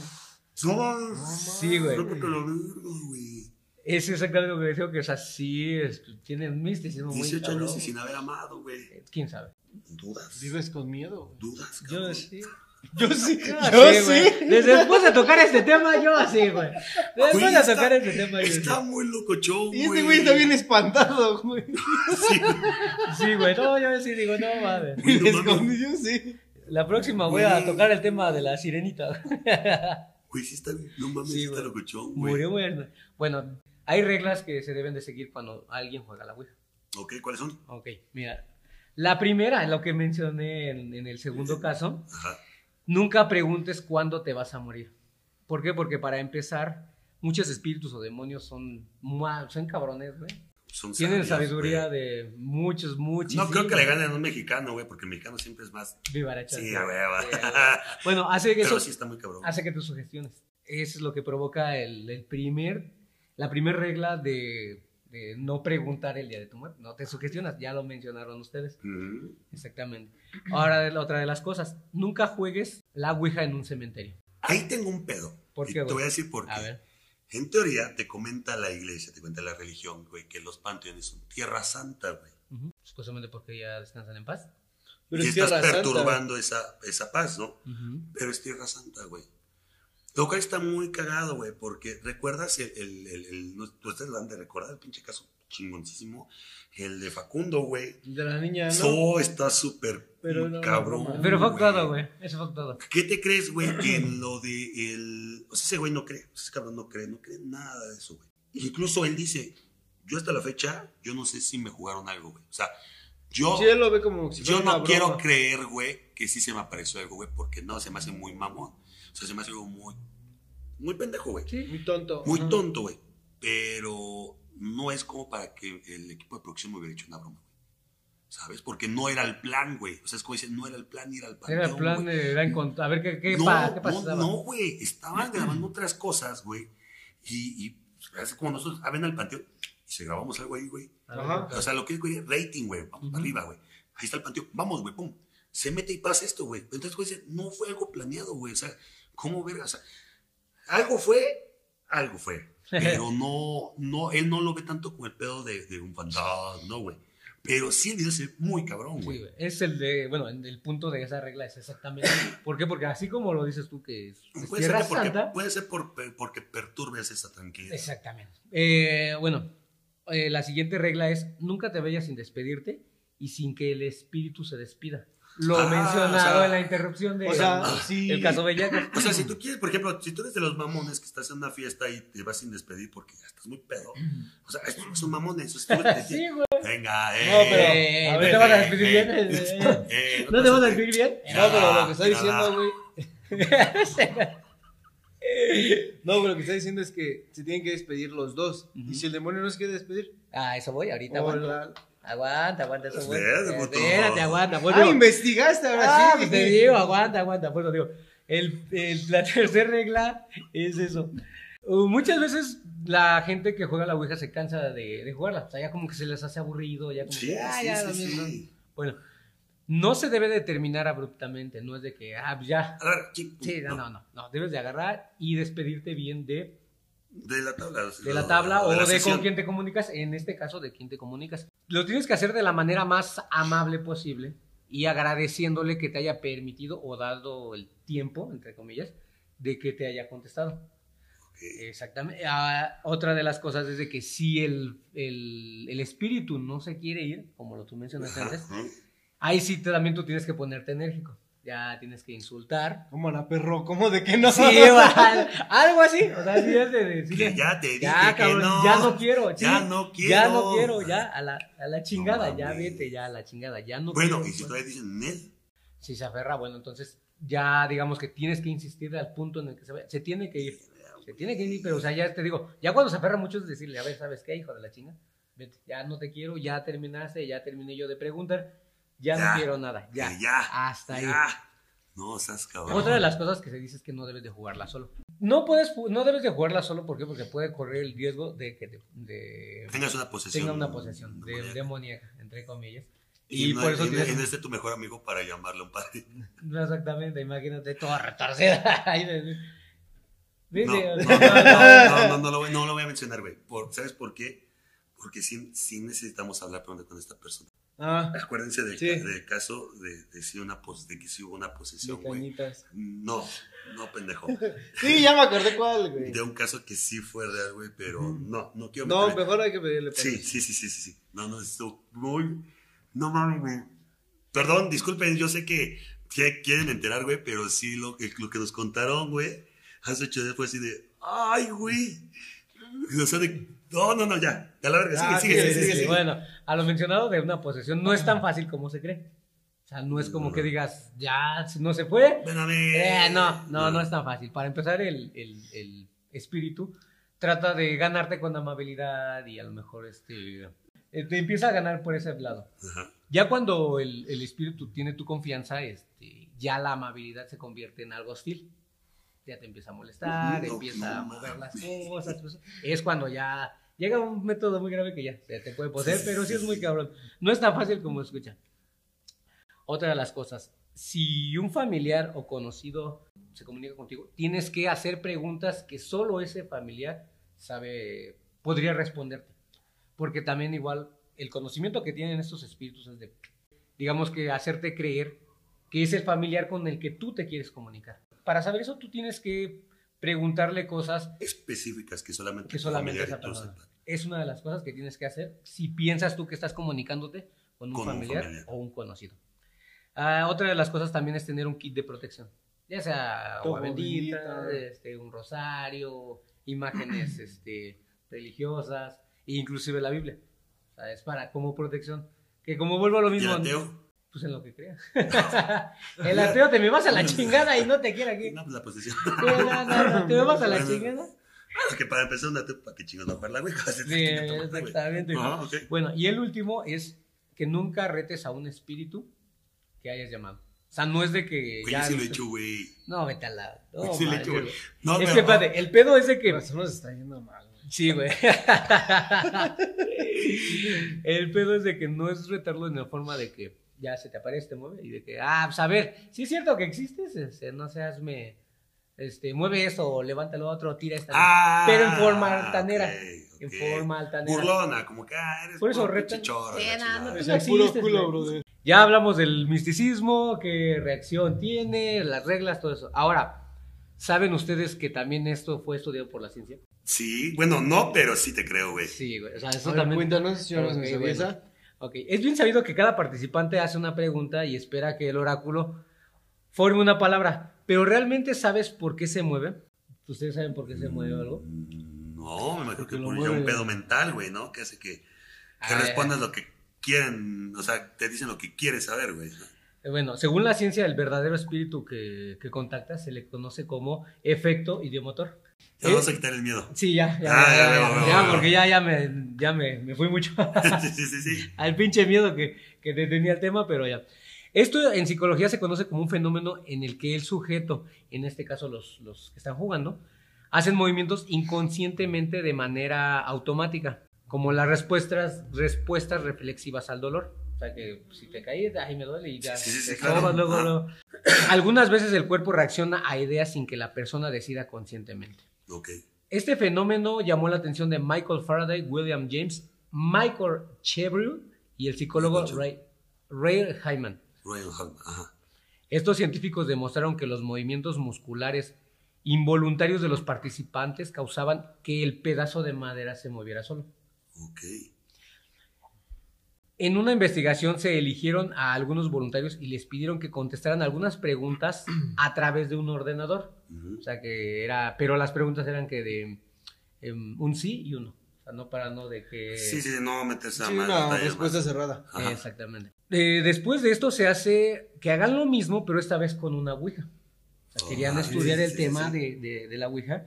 [SPEAKER 1] No,
[SPEAKER 3] Sí, güey.
[SPEAKER 1] creo que te lo digo, güey.
[SPEAKER 3] Es exactamente lo que decía, que o sea, sí, es- tiene un misticismo muy
[SPEAKER 1] dieciocho
[SPEAKER 3] cabrón.
[SPEAKER 1] años y sin haber amado, güey.
[SPEAKER 3] ¿Quién sabe?
[SPEAKER 1] Dudas.
[SPEAKER 2] vives con miedo, güey.
[SPEAKER 1] Dudas,
[SPEAKER 3] Yo
[SPEAKER 1] cabrón.
[SPEAKER 3] sí.
[SPEAKER 2] Yo sí,
[SPEAKER 3] Yo,
[SPEAKER 2] yo
[SPEAKER 3] sí,
[SPEAKER 2] sí.
[SPEAKER 3] güey. Desde después de tocar este tema, yo así, güey. Después
[SPEAKER 1] Güey,
[SPEAKER 3] de
[SPEAKER 1] está-
[SPEAKER 3] tocar este tema, yo
[SPEAKER 1] Está
[SPEAKER 3] sí.
[SPEAKER 1] muy locochón, güey.
[SPEAKER 2] Y este güey está bien espantado, güey.
[SPEAKER 1] Sí.
[SPEAKER 3] Sí, güey. No, yo sí digo, no, mames.
[SPEAKER 1] Güey, no
[SPEAKER 2] Les
[SPEAKER 1] mames.
[SPEAKER 2] con- Yo sí.
[SPEAKER 3] La próxima voy a
[SPEAKER 1] Güey.
[SPEAKER 3] tocar el tema de la sirenita.
[SPEAKER 1] Güey, sí está, no mames,
[SPEAKER 3] Sí,
[SPEAKER 1] sí está
[SPEAKER 3] güey.
[SPEAKER 1] locochón, güey.
[SPEAKER 3] Murió, güey. Bueno, hay reglas que se deben de seguir cuando alguien juega a la Ouija.
[SPEAKER 1] Ok, ¿cuáles son?
[SPEAKER 3] Ok, mira. La primera, lo que mencioné en, en el segundo caso,
[SPEAKER 1] Ajá.
[SPEAKER 3] nunca preguntes cuándo te vas a morir. ¿Por qué? Porque para empezar, muchos espíritus o demonios son, mua- son cabrones, güey.
[SPEAKER 1] Son
[SPEAKER 3] Tienen
[SPEAKER 1] sabios,
[SPEAKER 3] sabiduría
[SPEAKER 1] güey.
[SPEAKER 3] de muchos, muchos.
[SPEAKER 1] No creo que le ganen a un mexicano, güey, porque el mexicano siempre es más.
[SPEAKER 3] Vivaracha.
[SPEAKER 1] Sí, a hueva.
[SPEAKER 3] Bueno, hace que
[SPEAKER 1] Pero
[SPEAKER 3] eso,
[SPEAKER 1] sí está muy cabrón.
[SPEAKER 3] hace que tú sugestiones. Eso es lo que provoca el, el primer, la primera regla de, de no preguntar el día de tu muerte. No te sugestionas, ya lo mencionaron ustedes.
[SPEAKER 1] Mm.
[SPEAKER 3] Exactamente. Ahora, la otra de las cosas, nunca juegues la Ouija en un cementerio.
[SPEAKER 1] Ahí tengo un pedo.
[SPEAKER 3] ¿Por
[SPEAKER 1] Y
[SPEAKER 3] qué,
[SPEAKER 1] te
[SPEAKER 3] güey?
[SPEAKER 1] voy a decir por qué.
[SPEAKER 3] A ver.
[SPEAKER 1] En teoría, te comenta la iglesia, te cuenta la religión, güey, que los panteones son tierra santa, güey.
[SPEAKER 3] Ujú. Supuestamente porque ya descansan en paz.
[SPEAKER 2] Pero
[SPEAKER 1] y
[SPEAKER 2] es
[SPEAKER 1] estás
[SPEAKER 2] Tierra Santa.
[SPEAKER 1] perturbando esa, esa paz, ¿no?
[SPEAKER 3] Ujú.
[SPEAKER 1] Pero es tierra santa, güey. Lo cual está muy cagado, güey, porque recuerdas el, el, el, el- no, ustedes lo han de recordar, el pinche caso chingoncísimo, el de Facundo, güey.
[SPEAKER 2] De la niña, ¿no?
[SPEAKER 1] Eso está súper
[SPEAKER 2] Pero no,
[SPEAKER 1] cabrón.
[SPEAKER 2] no, no.
[SPEAKER 3] Pero fue actuado, güey. Eso fue actuado.
[SPEAKER 1] ¿Qué te crees, güey, que en lo de el... O sea, ese güey no cree, ese cabrón no cree, no cree nada de eso, güey. Incluso él dice, yo hasta la fecha, yo no sé si me jugaron algo, güey. O sea, yo...
[SPEAKER 2] Sí, él lo ve como si
[SPEAKER 1] Yo
[SPEAKER 2] fuera una
[SPEAKER 1] no quiero
[SPEAKER 2] broma.
[SPEAKER 1] creer, güey, que sí se me apareció algo, güey, porque no, se me hace muy mamón. O sea, se me hace algo muy, muy pendejo, güey.
[SPEAKER 3] Sí.
[SPEAKER 2] Muy tonto.
[SPEAKER 1] Muy
[SPEAKER 2] Ajá.
[SPEAKER 1] tonto, güey. Pero no es como para que el equipo de producción me hubiera hecho una broma, güey. ¿Sabes? Porque no era el plan, güey. O sea, es como dicen, no era el plan ir al panteón,
[SPEAKER 3] Era el plan
[SPEAKER 1] güey.
[SPEAKER 3] de era encontrar, a ver qué, qué,
[SPEAKER 1] No,
[SPEAKER 3] pa- qué
[SPEAKER 1] no,
[SPEAKER 3] pasaba.
[SPEAKER 1] no, güey. Estaban grabando otras cosas, güey. Y, y es como nosotros, ah, ven al panteón y se grabamos algo ahí, güey.
[SPEAKER 3] A ver,
[SPEAKER 2] Ajá.
[SPEAKER 1] O sea, lo que es, güey, rating, güey. Vamos para arriba, güey. Ahí está el panteón. Vamos, güey, pum. Se mete y pasa esto, güey. Entonces, güey, dice, no fue algo planeado, güey. O sea, ¿cómo ver? O sea, algo fue, algo fue. Pero no, no, él no lo ve tanto como el pedo de, de un fantasma, no, güey. Pero sí el video se ve muy cabrón,
[SPEAKER 3] Sí,
[SPEAKER 1] güey.
[SPEAKER 3] güey. Es el de, bueno, el punto de esa regla es exactamente. ¿Por qué? Porque así como lo dices tú, que es, es
[SPEAKER 1] Puede ser,
[SPEAKER 3] Tierra
[SPEAKER 1] que porque,
[SPEAKER 3] Santa.
[SPEAKER 1] puede ser por, porque perturbes esa tranquilidad.
[SPEAKER 3] Exactamente. Eh, bueno, eh, la siguiente regla es nunca te vayas sin despedirte y sin que el espíritu se despida. Lo
[SPEAKER 1] Ah,
[SPEAKER 3] mencionado
[SPEAKER 1] o sea,
[SPEAKER 3] en la interrupción de
[SPEAKER 2] o sea,
[SPEAKER 3] el,
[SPEAKER 2] sí.
[SPEAKER 3] el caso Bellaca.
[SPEAKER 1] O sea, si tú quieres, por ejemplo, si tú eres de los mamones que estás en una fiesta y te vas sin despedir porque ya estás muy pedo. O sea, estos son mamones. O sea, tú te-
[SPEAKER 3] Sí, güey.
[SPEAKER 1] Venga, eh.
[SPEAKER 2] No, pero-
[SPEAKER 3] Eh,
[SPEAKER 2] a
[SPEAKER 3] ¿No
[SPEAKER 2] ver,
[SPEAKER 3] te vas a
[SPEAKER 1] eh,
[SPEAKER 3] despedir
[SPEAKER 1] eh,
[SPEAKER 3] bien?
[SPEAKER 1] eh, eh,
[SPEAKER 3] ¿No te vas a
[SPEAKER 1] pasa
[SPEAKER 3] despedir bien?
[SPEAKER 2] No, pero lo que está
[SPEAKER 1] Mírala,
[SPEAKER 2] diciendo,
[SPEAKER 1] mírala.
[SPEAKER 2] güey. No, pero lo que está diciendo es que se tienen que despedir los dos.
[SPEAKER 3] Ujú.
[SPEAKER 2] Y si el demonio no se quiere despedir,
[SPEAKER 3] Ah, eso voy, ahorita
[SPEAKER 2] o
[SPEAKER 3] aguanta.
[SPEAKER 2] la-
[SPEAKER 3] Aguanta, aguanta, eso voy.
[SPEAKER 1] Espérate, puto.
[SPEAKER 3] Espérate, aguanta. Pues,
[SPEAKER 2] Ah,
[SPEAKER 3] digo,
[SPEAKER 2] investigaste ahora
[SPEAKER 3] ah,
[SPEAKER 2] sí.
[SPEAKER 3] pues te digo, aguanta, aguanta. Pues lo digo. El, el- la tercera regla es eso. Uh, muchas veces la gente que juega a la Ouija se cansa de, de jugarla. O sea, ya como que se les hace aburrido. Ya como
[SPEAKER 1] Sí,
[SPEAKER 3] que, ah,
[SPEAKER 1] sí,
[SPEAKER 3] ya,
[SPEAKER 1] sí,
[SPEAKER 3] lo mismo.
[SPEAKER 1] sí.
[SPEAKER 3] Bueno, no se debe de terminar abruptamente. No es de que, ah, pues ya.
[SPEAKER 1] A ver, ¿quién-
[SPEAKER 3] Sí, no, no, no, no. Debes de agarrar y despedirte bien de,
[SPEAKER 1] De la tabla.
[SPEAKER 3] de la tabla o
[SPEAKER 1] la
[SPEAKER 3] de
[SPEAKER 1] sesión.
[SPEAKER 3] con quién te comunicas. En este caso, de quién te comunicas. Lo tienes que hacer de la manera más amable posible y agradeciéndole que te haya permitido o dado el tiempo, entre comillas, de que te haya contestado.
[SPEAKER 1] Ok.
[SPEAKER 3] Exactamente. Ah, otra de las cosas es de que si el, el, el espíritu no se quiere ir, como lo tú mencionaste
[SPEAKER 1] Ajá,
[SPEAKER 3] antes,
[SPEAKER 1] ajá.
[SPEAKER 3] ahí sí te- también tú tienes que ponerte enérgico. Ya tienes que insultar.
[SPEAKER 2] ¿Cómo la perro? ¿Cómo de que no?
[SPEAKER 3] Sí, igual, algo así. O sea, sí es de decirle,
[SPEAKER 1] Que ya te dije
[SPEAKER 3] ya,
[SPEAKER 1] que
[SPEAKER 3] cabrón,
[SPEAKER 1] no.
[SPEAKER 3] ya no quiero. sí,
[SPEAKER 1] Ya no quiero.
[SPEAKER 3] Ya no quiero, ya, a la, a la chingada,
[SPEAKER 1] No
[SPEAKER 3] ya
[SPEAKER 1] mames.
[SPEAKER 3] vete, ya a la chingada, ya no
[SPEAKER 1] Bueno,
[SPEAKER 3] quiero.
[SPEAKER 1] y si todavía dicen Nel.
[SPEAKER 3] Si se aferra, bueno, entonces ya digamos que tienes que insistir al punto en el que se vaya. Se tiene que ir. Se tiene que ir, pero o sea, ya te digo, ya cuando se aferra mucho es decirle, a ver, ¿sabes qué, hijo de la chinga? Vete, ya no te quiero, ya terminaste, ya terminé yo de preguntar, ya,
[SPEAKER 1] Ya,
[SPEAKER 3] no quiero nada, ya,
[SPEAKER 1] que ya,
[SPEAKER 3] hasta ahí.
[SPEAKER 1] Ya. No, seas cabrón.
[SPEAKER 3] Otra de las cosas que se dice es que no debes de jugarla solo. No puedes, ju- no debes de jugarla solo, ¿por qué? Porque puede correr el riesgo de que te- de-
[SPEAKER 1] Tengas una posesión.
[SPEAKER 3] tenga una posesión de-
[SPEAKER 1] demoníaca.
[SPEAKER 3] demoníaca, entre comillas.
[SPEAKER 1] Y,
[SPEAKER 3] Y,
[SPEAKER 1] no,
[SPEAKER 3] por eso
[SPEAKER 1] y,
[SPEAKER 3] tienes...
[SPEAKER 1] y no esté tu mejor amigo para llamarle a un padre.
[SPEAKER 3] No exactamente, imagínate toda retorcida. Ahí de-
[SPEAKER 1] No,
[SPEAKER 3] Dice,
[SPEAKER 1] no, no, no, no, no lo voy, no lo voy a mencionar, güey. Por- ¿Sabes por qué? Porque sí, sí necesitamos hablar pronto con esta persona.
[SPEAKER 2] Ah,
[SPEAKER 1] Acuérdense del,
[SPEAKER 2] Sí.
[SPEAKER 1] ca- del caso de, de, si una pos- de que sí hubo una posesión,
[SPEAKER 2] de
[SPEAKER 1] güey.
[SPEAKER 2] cañitas.
[SPEAKER 1] No, no, pendejo.
[SPEAKER 2] Sí, ya me acordé cuál, güey.
[SPEAKER 1] De un caso que sí fue real, güey, pero no, no quiero
[SPEAKER 2] No,
[SPEAKER 1] meterme.
[SPEAKER 2] mejor hay que pedirle
[SPEAKER 1] Sí,
[SPEAKER 2] permiso.
[SPEAKER 1] sí, sí, sí, sí, sí. No, no, esto muy... No mames, güey. Perdón, disculpen, yo sé que, que quieren enterar, güey, pero sí lo, que- lo que nos contaron, güey, hace ocho días fue así de... ¡Ay, güey! O sea, de... No, no, no, ya. Ya la verga, sigue,
[SPEAKER 2] Ah,
[SPEAKER 1] sigue,
[SPEAKER 2] sí,
[SPEAKER 1] sigue,
[SPEAKER 2] sí,
[SPEAKER 1] sigue,
[SPEAKER 2] sí.
[SPEAKER 1] sigue.
[SPEAKER 3] Bueno, a lo mencionado de una posesión no es tan fácil como se cree. O sea, no es como que digas, ya, no se fue.
[SPEAKER 1] Ven a ver.
[SPEAKER 3] Eh, no, no, no es tan fácil. Para empezar, el, el, el espíritu trata de ganarte con amabilidad y a lo mejor este, eh, te empieza a ganar por ese lado.
[SPEAKER 1] Ajá.
[SPEAKER 3] Ya cuando el, el espíritu tiene tu confianza, este, ya la amabilidad se convierte en algo hostil. Ya te empieza a molestar,
[SPEAKER 1] No,
[SPEAKER 3] empieza
[SPEAKER 1] no
[SPEAKER 3] a mover las
[SPEAKER 1] mames.
[SPEAKER 3] cosas. Pues, es cuando ya llega un método muy grave que ya se te puede poseer, pero sí es muy cabrón. No es tan fácil como escucha. Otra de las cosas, si un familiar o conocido se comunica contigo, tienes que hacer preguntas que solo ese familiar sabe, podría responderte. Porque también igual el conocimiento que tienen estos espíritus es de, digamos que hacerte creer que es el familiar con el que tú te quieres comunicar. Para saber eso tú tienes que preguntarle cosas
[SPEAKER 1] Específicas que solamente
[SPEAKER 3] que
[SPEAKER 1] tu
[SPEAKER 3] solamente
[SPEAKER 1] familiar
[SPEAKER 3] esa
[SPEAKER 1] y tú
[SPEAKER 3] persona.
[SPEAKER 1] sepan.
[SPEAKER 3] Es una de las cosas que tienes que hacer si piensas tú que estás comunicándote con un,
[SPEAKER 1] Con un
[SPEAKER 3] familiar,
[SPEAKER 1] familiar.
[SPEAKER 3] o un conocido. Ah, otra de las cosas también es tener un kit de protección, ya sea agua
[SPEAKER 2] Todo
[SPEAKER 3] bendita,
[SPEAKER 2] bonito.
[SPEAKER 3] este, un rosario, imágenes este, religiosas, e inclusive la Biblia. O sea, es para como protección. Que como vuelvo a lo
[SPEAKER 1] ¿Y el
[SPEAKER 3] mismo,
[SPEAKER 1] ateo?
[SPEAKER 3] pues en lo que creas. El ateo te me vas a la chingada y no te quiere aquí.
[SPEAKER 1] No, pues la posesión.
[SPEAKER 3] Sí, no, no, no, te me vas a la
[SPEAKER 1] Bueno.
[SPEAKER 3] chingada.
[SPEAKER 1] Que para empezar un ateo, ¿para qué chingos no jugar la Ouija?
[SPEAKER 3] Sí, exactamente.
[SPEAKER 1] Ajá, ok.
[SPEAKER 3] Bueno, y el último es que nunca retes a un espíritu que hayas llamado. O sea, no es de que
[SPEAKER 1] Güey,
[SPEAKER 3] ya...
[SPEAKER 1] yo sí lo he hecho, güey.
[SPEAKER 3] No, vete a la... No,
[SPEAKER 1] Sí lo he
[SPEAKER 3] madre,
[SPEAKER 1] hecho, güey.
[SPEAKER 3] güey.
[SPEAKER 1] No,
[SPEAKER 3] es
[SPEAKER 1] pero-
[SPEAKER 3] que, espérate, el pedo es de que...
[SPEAKER 2] Eso nos está yendo mal, güey.
[SPEAKER 3] Sí, güey. El pedo es de que no es retarlo en la forma de que ya se te aparece, te mueve y de que, ah, pues a ver, si es cierto que existes, este, no seas me... Este, mueve eso, o levanta lo otro, tira esta...
[SPEAKER 1] Ah,
[SPEAKER 3] pero en forma altanera.
[SPEAKER 1] ok, ok.
[SPEAKER 3] En forma altanera.
[SPEAKER 1] Burlona, como que ah, eres
[SPEAKER 3] Por eso
[SPEAKER 1] puro
[SPEAKER 3] retan-
[SPEAKER 1] pinche chorro,
[SPEAKER 3] Sí,
[SPEAKER 1] la
[SPEAKER 3] no,
[SPEAKER 1] chingada.
[SPEAKER 3] no,
[SPEAKER 2] Es
[SPEAKER 3] no
[SPEAKER 2] el puro
[SPEAKER 3] existes,
[SPEAKER 2] culo,
[SPEAKER 3] güey.
[SPEAKER 2] brother.
[SPEAKER 3] Ya hablamos del misticismo, qué reacción tiene, las reglas, todo eso. Ahora, ¿Saben ustedes que también esto fue estudiado por la ciencia?
[SPEAKER 1] Sí, bueno, no, pero sí te creo, güey.
[SPEAKER 3] Sí, güey. O sea, eso
[SPEAKER 2] A ver,
[SPEAKER 3] también.
[SPEAKER 2] cuéntanos, yo no
[SPEAKER 3] Ok,
[SPEAKER 2] me sabía
[SPEAKER 3] bueno.
[SPEAKER 2] esa.
[SPEAKER 3] Ok, es bien sabido que cada participante hace una pregunta y espera que el oráculo forme una palabra, pero ¿realmente sabes por qué se mueve? ¿Ustedes saben por qué se mueve o algo?
[SPEAKER 1] No, me imagino
[SPEAKER 2] Porque
[SPEAKER 1] que
[SPEAKER 2] lo
[SPEAKER 1] por ya
[SPEAKER 2] mueve.
[SPEAKER 1] un pedo mental, güey, ¿no? Que hace que, que
[SPEAKER 3] Ah,
[SPEAKER 1] respondas lo que quieren, o sea, te dicen lo que quieres saber, güey.
[SPEAKER 3] Eh, Bueno, según la ciencia, el verdadero espíritu que, que contacta se le conoce como efecto idiomotor.
[SPEAKER 1] Ya
[SPEAKER 3] Eh,
[SPEAKER 1] vamos a quitar el miedo.
[SPEAKER 3] Sí, ya, ya,
[SPEAKER 1] Ah,
[SPEAKER 3] ya,
[SPEAKER 1] ya
[SPEAKER 3] ya,
[SPEAKER 1] veo,
[SPEAKER 3] ya,
[SPEAKER 1] veo,
[SPEAKER 3] ya,
[SPEAKER 1] veo.
[SPEAKER 3] porque ya, ya, me, ya me, me fui mucho
[SPEAKER 1] sí, sí, sí, sí.
[SPEAKER 3] al pinche miedo que, que te tenía el tema, pero ya. Esto en psicología se conoce como un fenómeno en el que el sujeto, en este caso los, los que están jugando, hacen movimientos inconscientemente de manera automática, como las respuestas, respuestas reflexivas al dolor. O sea que si te caes, ay, me duele y ya
[SPEAKER 1] Sí, sí, sí,
[SPEAKER 3] te
[SPEAKER 1] claro.
[SPEAKER 3] sobas, luego,
[SPEAKER 1] Ah.
[SPEAKER 3] luego. Algunas veces el cuerpo reacciona a ideas sin que la persona decida conscientemente.
[SPEAKER 1] Ok.
[SPEAKER 3] Este fenómeno llamó la atención de Michael Faraday, William James, Michael Chevreul y el psicólogo Ray, Ray Hyman.
[SPEAKER 1] Royal Hunt, ajá.
[SPEAKER 3] Estos científicos demostraron que los movimientos musculares involuntarios de los participantes causaban que el pedazo de madera se moviera solo.
[SPEAKER 1] Ok.
[SPEAKER 3] En una investigación se eligieron a algunos voluntarios y les pidieron que contestaran algunas preguntas a través de un ordenador.
[SPEAKER 1] Ujú.
[SPEAKER 3] O sea que era, pero las preguntas eran que de em, un sí y uno. O sea, no para no de que...
[SPEAKER 1] Sí, sí, no meterse a
[SPEAKER 2] Sí,
[SPEAKER 1] más
[SPEAKER 2] una
[SPEAKER 1] detalles
[SPEAKER 2] respuesta
[SPEAKER 1] más.
[SPEAKER 2] cerrada.
[SPEAKER 1] Ajá.
[SPEAKER 3] Exactamente. Eh, después de esto se hace que hagan lo mismo, pero esta vez con una ouija. O sea, querían
[SPEAKER 1] Ah,
[SPEAKER 3] estudiar
[SPEAKER 1] sí,
[SPEAKER 3] el
[SPEAKER 1] sí,
[SPEAKER 3] tema
[SPEAKER 1] sí.
[SPEAKER 3] De, de- de la ouija.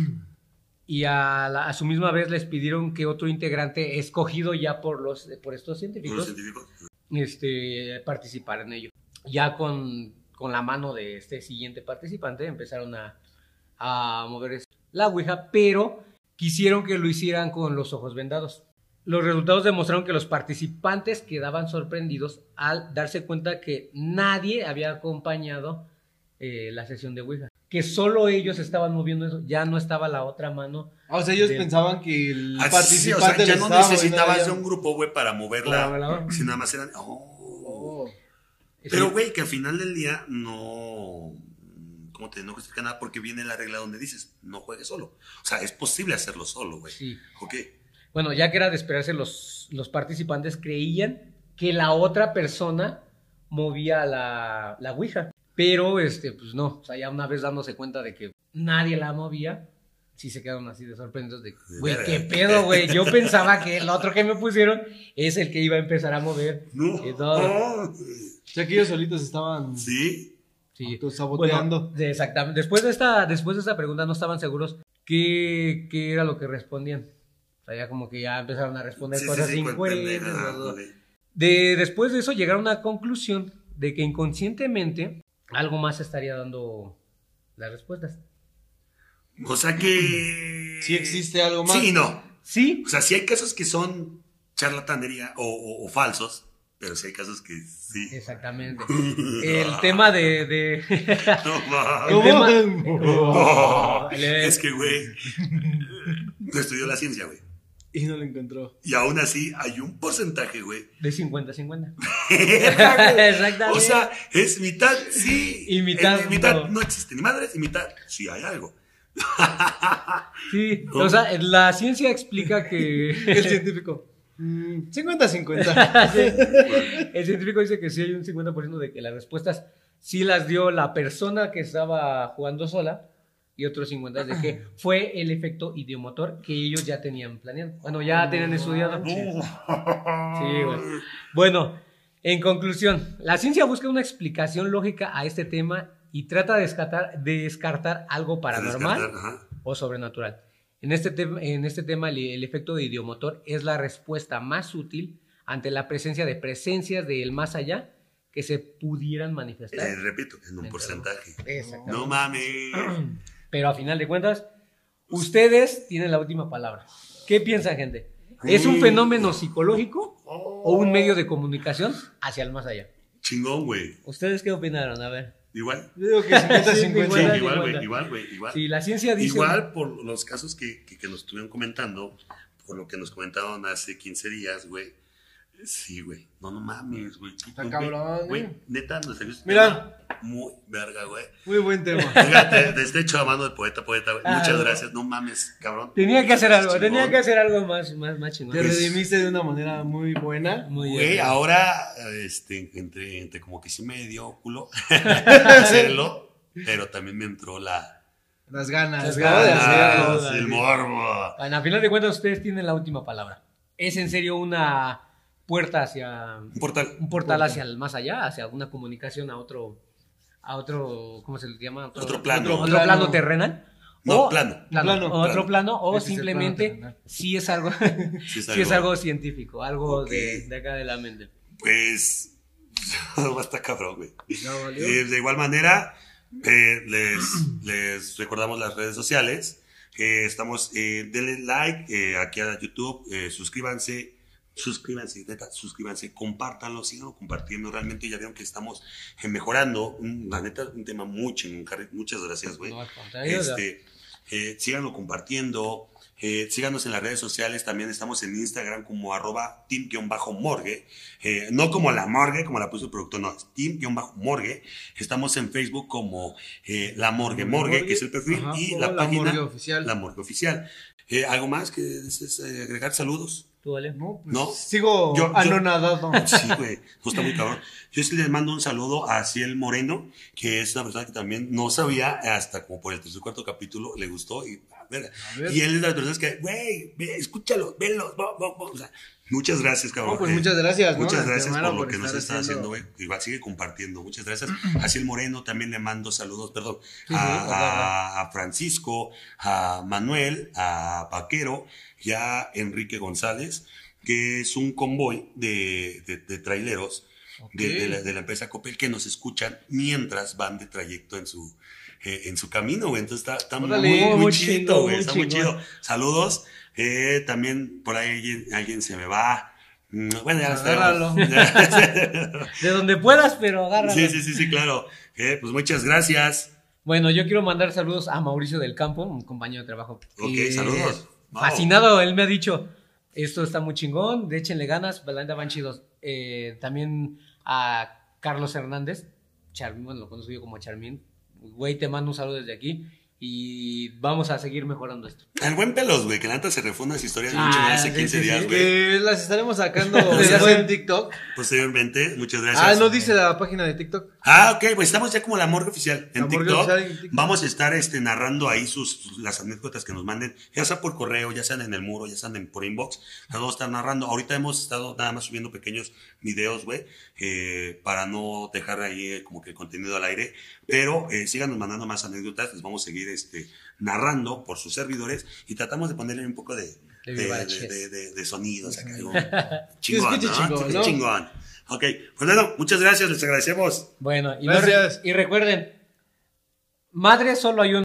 [SPEAKER 3] Y a, la- a su misma vez les pidieron que otro integrante escogido ya por, los, por estos
[SPEAKER 1] ¿Los
[SPEAKER 3] científicos
[SPEAKER 1] científicos?
[SPEAKER 3] este, participara en ello. Ya con, con la mano de este siguiente participante empezaron a, a mover la ouija, pero quisieron que lo hicieran con los ojos vendados. Los resultados demostraron que los participantes quedaban sorprendidos al darse cuenta que nadie había acompañado eh, la sesión de ouija. Que solo ellos estaban moviendo eso, ya no estaba la otra mano.
[SPEAKER 2] Ah, o sea, ellos
[SPEAKER 3] Del-
[SPEAKER 2] pensaban que el
[SPEAKER 1] Ah, sí,
[SPEAKER 2] participante
[SPEAKER 1] o sea, ya
[SPEAKER 2] les
[SPEAKER 1] no
[SPEAKER 2] estaba moviendo
[SPEAKER 1] necesitabas
[SPEAKER 2] ya-
[SPEAKER 1] de un grupo, güey, para moverla.
[SPEAKER 3] Para moverla.
[SPEAKER 1] Si nada más eran... Oh.
[SPEAKER 2] Oh.
[SPEAKER 1] Pero, güey, que al final del día no... ¿Cómo te no justifica nada? Porque viene la regla donde dices, no juegues solo. O sea, es posible hacerlo solo, güey.
[SPEAKER 3] Sí.
[SPEAKER 1] Ok.
[SPEAKER 3] Bueno, ya que era de esperarse, los, los participantes creían que la otra persona movía la, la ouija. Pero, este, pues no, o sea, ya una vez dándose cuenta de que nadie la movía, sí se quedaron así de sorprendidos de, güey, qué pedo, güey. Yo pensaba que el otro que me pusieron es el que iba a empezar a mover.
[SPEAKER 1] No.
[SPEAKER 3] Y todo.
[SPEAKER 1] no.
[SPEAKER 2] O sea, que ellos solitos estaban
[SPEAKER 1] Sí.
[SPEAKER 3] Sí.
[SPEAKER 2] autosaboteando.
[SPEAKER 3] Bueno, de- exactamente. Después de esta, después de esta pregunta no estaban seguros qué, qué era lo que respondían. O sea, ya como que ya empezaron a responder
[SPEAKER 1] Sí, sí,
[SPEAKER 3] cosas
[SPEAKER 1] sí, con
[SPEAKER 3] incoherentes.
[SPEAKER 1] pendeja,
[SPEAKER 3] bla, bla, bla.
[SPEAKER 1] güey.
[SPEAKER 3] De, después de eso llegaron a la conclusión de que inconscientemente algo más estaría dando las respuestas.
[SPEAKER 1] O sea que...
[SPEAKER 2] Sí existe algo más.
[SPEAKER 1] Sí y no.
[SPEAKER 3] Sí,
[SPEAKER 1] O sea, sí hay casos que son charlatanería o, o- o falsos, pero sí hay casos que sí.
[SPEAKER 3] exactamente. El tema de... de
[SPEAKER 1] No mames.
[SPEAKER 3] el
[SPEAKER 2] ¿Cómo?
[SPEAKER 3] tema-
[SPEAKER 1] Oh,
[SPEAKER 3] El-
[SPEAKER 1] es que, güey, no estudió la ciencia, güey.
[SPEAKER 2] Y no lo encontró.
[SPEAKER 1] Y aún así hay un porcentaje, güey.
[SPEAKER 3] de cincuenta a cincuenta.
[SPEAKER 1] Exactamente.
[SPEAKER 3] Exactamente.
[SPEAKER 1] O sea, es mitad sí.
[SPEAKER 3] Y mitad
[SPEAKER 1] en- mitad
[SPEAKER 3] no.
[SPEAKER 1] no. existe ni madres y mitad sí hay algo.
[SPEAKER 3] Sí,
[SPEAKER 1] ¿No?
[SPEAKER 3] o sea, la ciencia explica que...
[SPEAKER 2] El científico. mm, cincuenta cincuenta.
[SPEAKER 3] Sí. El científico dice que sí hay un cincuenta por ciento de que las respuestas sí las dio la persona que estaba jugando sola y otro cincuenta por ciento de que fue el efecto idiomotor que ellos ya tenían planeado. Bueno, ya tenían estudiado. Sí, güey. Bueno, en conclusión, la ciencia busca una explicación lógica a este tema y trata de descartar, de descartar algo paranormal
[SPEAKER 1] Descartar, ajá.
[SPEAKER 3] o sobrenatural. En este, tem- en este tema, el, el efecto idiomotor es la respuesta más útil ante la presencia de presencias del más allá que se pudieran manifestar.
[SPEAKER 1] Eh, repito, en un porcentaje.
[SPEAKER 3] Exactamente.
[SPEAKER 1] No mames.
[SPEAKER 3] Pero a final de cuentas, ustedes tienen la última palabra. ¿Qué piensan, gente? ¿Es un fenómeno psicológico o un medio de comunicación hacia el más allá?
[SPEAKER 1] Chingón, güey.
[SPEAKER 3] ¿Ustedes qué opinaron? A ver.
[SPEAKER 1] Igual.
[SPEAKER 2] Yo digo que cincuenta
[SPEAKER 3] Sí,
[SPEAKER 2] cincuenta.
[SPEAKER 1] Sí,
[SPEAKER 3] Igual,
[SPEAKER 1] igual,
[SPEAKER 3] igual.
[SPEAKER 1] güey. Igual, güey. Igual.
[SPEAKER 3] Si la ciencia dice...
[SPEAKER 1] Igual por los casos que, que, que nos estuvieron comentando, por lo que nos comentaron hace quince días, güey. Sí, güey. No, no mames, güey.
[SPEAKER 2] Está
[SPEAKER 1] Güey,
[SPEAKER 2] cabrón,
[SPEAKER 1] güey.
[SPEAKER 2] güey.
[SPEAKER 1] Neta, nos salió este
[SPEAKER 2] Mira.
[SPEAKER 1] tema muy verga, güey.
[SPEAKER 2] Muy buen tema.
[SPEAKER 1] Fíjate, de este hecho a mano de poeta, poeta, güey.
[SPEAKER 3] Ah,
[SPEAKER 1] Muchas
[SPEAKER 3] no.
[SPEAKER 1] gracias. No mames, cabrón.
[SPEAKER 3] Tenía que hacer algo,
[SPEAKER 1] Chingón.
[SPEAKER 3] tenía que hacer algo más, más, más chingón.
[SPEAKER 2] Te
[SPEAKER 1] Pues-
[SPEAKER 2] redimiste de una manera muy buena.
[SPEAKER 3] Muy
[SPEAKER 1] Güey,
[SPEAKER 3] bien.
[SPEAKER 1] ahora, este, entre, entre como que sí me dio culo hacerlo, pero también me entró la...
[SPEAKER 2] Las ganas.
[SPEAKER 3] Las
[SPEAKER 2] ¿no?
[SPEAKER 3] ganas de
[SPEAKER 2] de hacerlo.
[SPEAKER 3] hacerlo.
[SPEAKER 1] el morbo.
[SPEAKER 3] Bueno, a final de cuentas ustedes tienen la última palabra. ¿Es en serio una puerta hacia
[SPEAKER 1] Un portal.
[SPEAKER 3] un portal hacia el más allá, hacia una comunicación a otro a otro, ¿cómo se le llama?
[SPEAKER 1] Otro plano.
[SPEAKER 3] Otro, otro plano terrenal?
[SPEAKER 1] No,
[SPEAKER 3] O-
[SPEAKER 1] plano.
[SPEAKER 2] Plano.
[SPEAKER 3] o otro
[SPEAKER 1] Plano.
[SPEAKER 3] plano o
[SPEAKER 2] Ese es el
[SPEAKER 3] simplemente
[SPEAKER 2] plano terrenal.
[SPEAKER 3] sí es algo
[SPEAKER 1] Sí es
[SPEAKER 3] sí es
[SPEAKER 1] algo-
[SPEAKER 3] algo científico, algo
[SPEAKER 1] Ok.
[SPEAKER 3] de, de acá de la mente.
[SPEAKER 1] Pues, va a estar cabrón, güey.
[SPEAKER 2] Ya valió.
[SPEAKER 1] Eh, de igual manera, eh, les, les recordamos las redes sociales. Eh, estamos, eh, denle like eh, aquí a YouTube, eh, suscríbanse, suscríbanse, neta, suscríbanse, compártanlo, síganlo compartiendo. Realmente ya vieron que estamos eh, mejorando. Un- La neta, un tema muy chingón, Harry. Muchas gracias, güey.
[SPEAKER 3] No, al contrario,
[SPEAKER 1] Este, eh, síganlo compartiendo. Eh, síganos en las redes sociales, también estamos en Instagram como arroba team-morgue, eh, no como la morgue, como la puso el productor, no, es team-morgue. Estamos en Facebook como eh, La Morgue Morgue, que es el perfil,
[SPEAKER 2] Ajá,
[SPEAKER 1] y
[SPEAKER 2] o
[SPEAKER 1] la,
[SPEAKER 2] La
[SPEAKER 1] página
[SPEAKER 2] Morgue Oficial.
[SPEAKER 1] La Morgue Oficial. Eh, ¿Algo más que desees eh, agregar? Saludos.
[SPEAKER 3] ¿Tú, Ale?
[SPEAKER 2] No, pues,
[SPEAKER 1] No.
[SPEAKER 2] sigo
[SPEAKER 1] Yo- yo-
[SPEAKER 2] anonadado.
[SPEAKER 1] Sí, güey, no está muy cabrón. Yo sí les mando un saludo a Ciel Moreno, que es una persona que también no sabía, hasta como por el tercer o cuarto capítulo, le gustó y, ah, verga.
[SPEAKER 2] A ver.
[SPEAKER 1] Y él es de las personas que, güey, ve, escúchalo, velo, bo, bo, bo. O sea, muchas gracias, cabrón.
[SPEAKER 2] No, pues
[SPEAKER 1] Eh,
[SPEAKER 2] muchas gracias, ¿no?
[SPEAKER 1] Muchas
[SPEAKER 2] De
[SPEAKER 1] gracias por
[SPEAKER 2] antemano
[SPEAKER 1] lo que
[SPEAKER 2] por
[SPEAKER 1] nos
[SPEAKER 2] estar
[SPEAKER 1] está haciendo,
[SPEAKER 2] haciendo-
[SPEAKER 1] güey. Igual sigue compartiendo. Muchas gracias. A Ciel Moreno también le mando saludos, perdón,
[SPEAKER 3] sí,
[SPEAKER 1] a,
[SPEAKER 3] claro,
[SPEAKER 1] a- a Francisco, a Manuel, a Paquero y a Enrique González, que es un convoy de, de, de traileros de,
[SPEAKER 2] Ok.
[SPEAKER 1] de la, de la empresa Coppel que nos escuchan mientras van de trayecto en su, eh, en su camino, güey. Entonces está, está muy,
[SPEAKER 2] Órale.
[SPEAKER 1] muy,
[SPEAKER 3] Muy
[SPEAKER 1] chido,
[SPEAKER 3] chingón,
[SPEAKER 1] güey.
[SPEAKER 3] muy
[SPEAKER 1] Está muy
[SPEAKER 3] chingón.
[SPEAKER 1] chido. Saludos. Eh, también por ahí alguien, alguien se me va. Mm, Bueno, ya está.
[SPEAKER 2] Agárralo.
[SPEAKER 3] De donde puedas, pero agárralo.
[SPEAKER 1] Sí, sí, sí, sí, claro. Eh, pues muchas gracias.
[SPEAKER 3] Bueno, yo quiero mandar saludos a Mauricio del Campo, un compañero de trabajo.
[SPEAKER 1] Ok,
[SPEAKER 3] que
[SPEAKER 1] saludos. Wow.
[SPEAKER 3] Fascinado, él me ha dicho, esto está muy chingón, de échenle ganas, la neta van chidos. Eh, también a Carlos Hernández, Charmín, bueno, lo conozco yo como Charmín. Güey, te mando un saludo desde aquí y vamos a seguir mejorando esto.
[SPEAKER 1] El buen Pelos, güey, que la neta se refunda sus historias
[SPEAKER 3] Ah,
[SPEAKER 1] mucho hace
[SPEAKER 3] sí,
[SPEAKER 1] quince
[SPEAKER 3] sí,
[SPEAKER 1] días,
[SPEAKER 3] sí.
[SPEAKER 1] güey.
[SPEAKER 2] Eh, las estaremos sacando
[SPEAKER 1] Sí,
[SPEAKER 2] después
[SPEAKER 1] sí.
[SPEAKER 2] en TikTok.
[SPEAKER 1] Posteriormente, muchas gracias.
[SPEAKER 2] Ah, no dice la página de TikTok.
[SPEAKER 1] Ah, ok, pues estamos ya como la morgue oficial en
[SPEAKER 2] La Morgue
[SPEAKER 1] TikTok.
[SPEAKER 2] Oficial en TikTok.
[SPEAKER 1] Vamos a estar este, narrando ahí sus, sus- las anécdotas que nos manden, ya sea por correo, ya sean en el muro, ya sean en, por inbox. Las vamos a estar narrando. Ahorita hemos estado nada más subiendo pequeños videos, güey, eh, para no dejar ahí eh, como que el contenido al aire. Pero eh, síganos mandando más anécdotas, les vamos a seguir este, narrando por sus servidores y tratamos de ponerle un poco de,
[SPEAKER 3] De
[SPEAKER 1] de,
[SPEAKER 3] vivaches.
[SPEAKER 1] de, de- de sonidos acá. algo
[SPEAKER 2] Que
[SPEAKER 1] chingón,
[SPEAKER 2] escuche
[SPEAKER 1] ¿no?
[SPEAKER 2] chingón,
[SPEAKER 1] Sí,
[SPEAKER 2] ¿no?
[SPEAKER 1] chingón. Ok, pues bueno, muchas gracias, les agradecemos.
[SPEAKER 3] Bueno, y, no re-
[SPEAKER 2] Gracias.
[SPEAKER 3] y recuerden, madre solo hay una.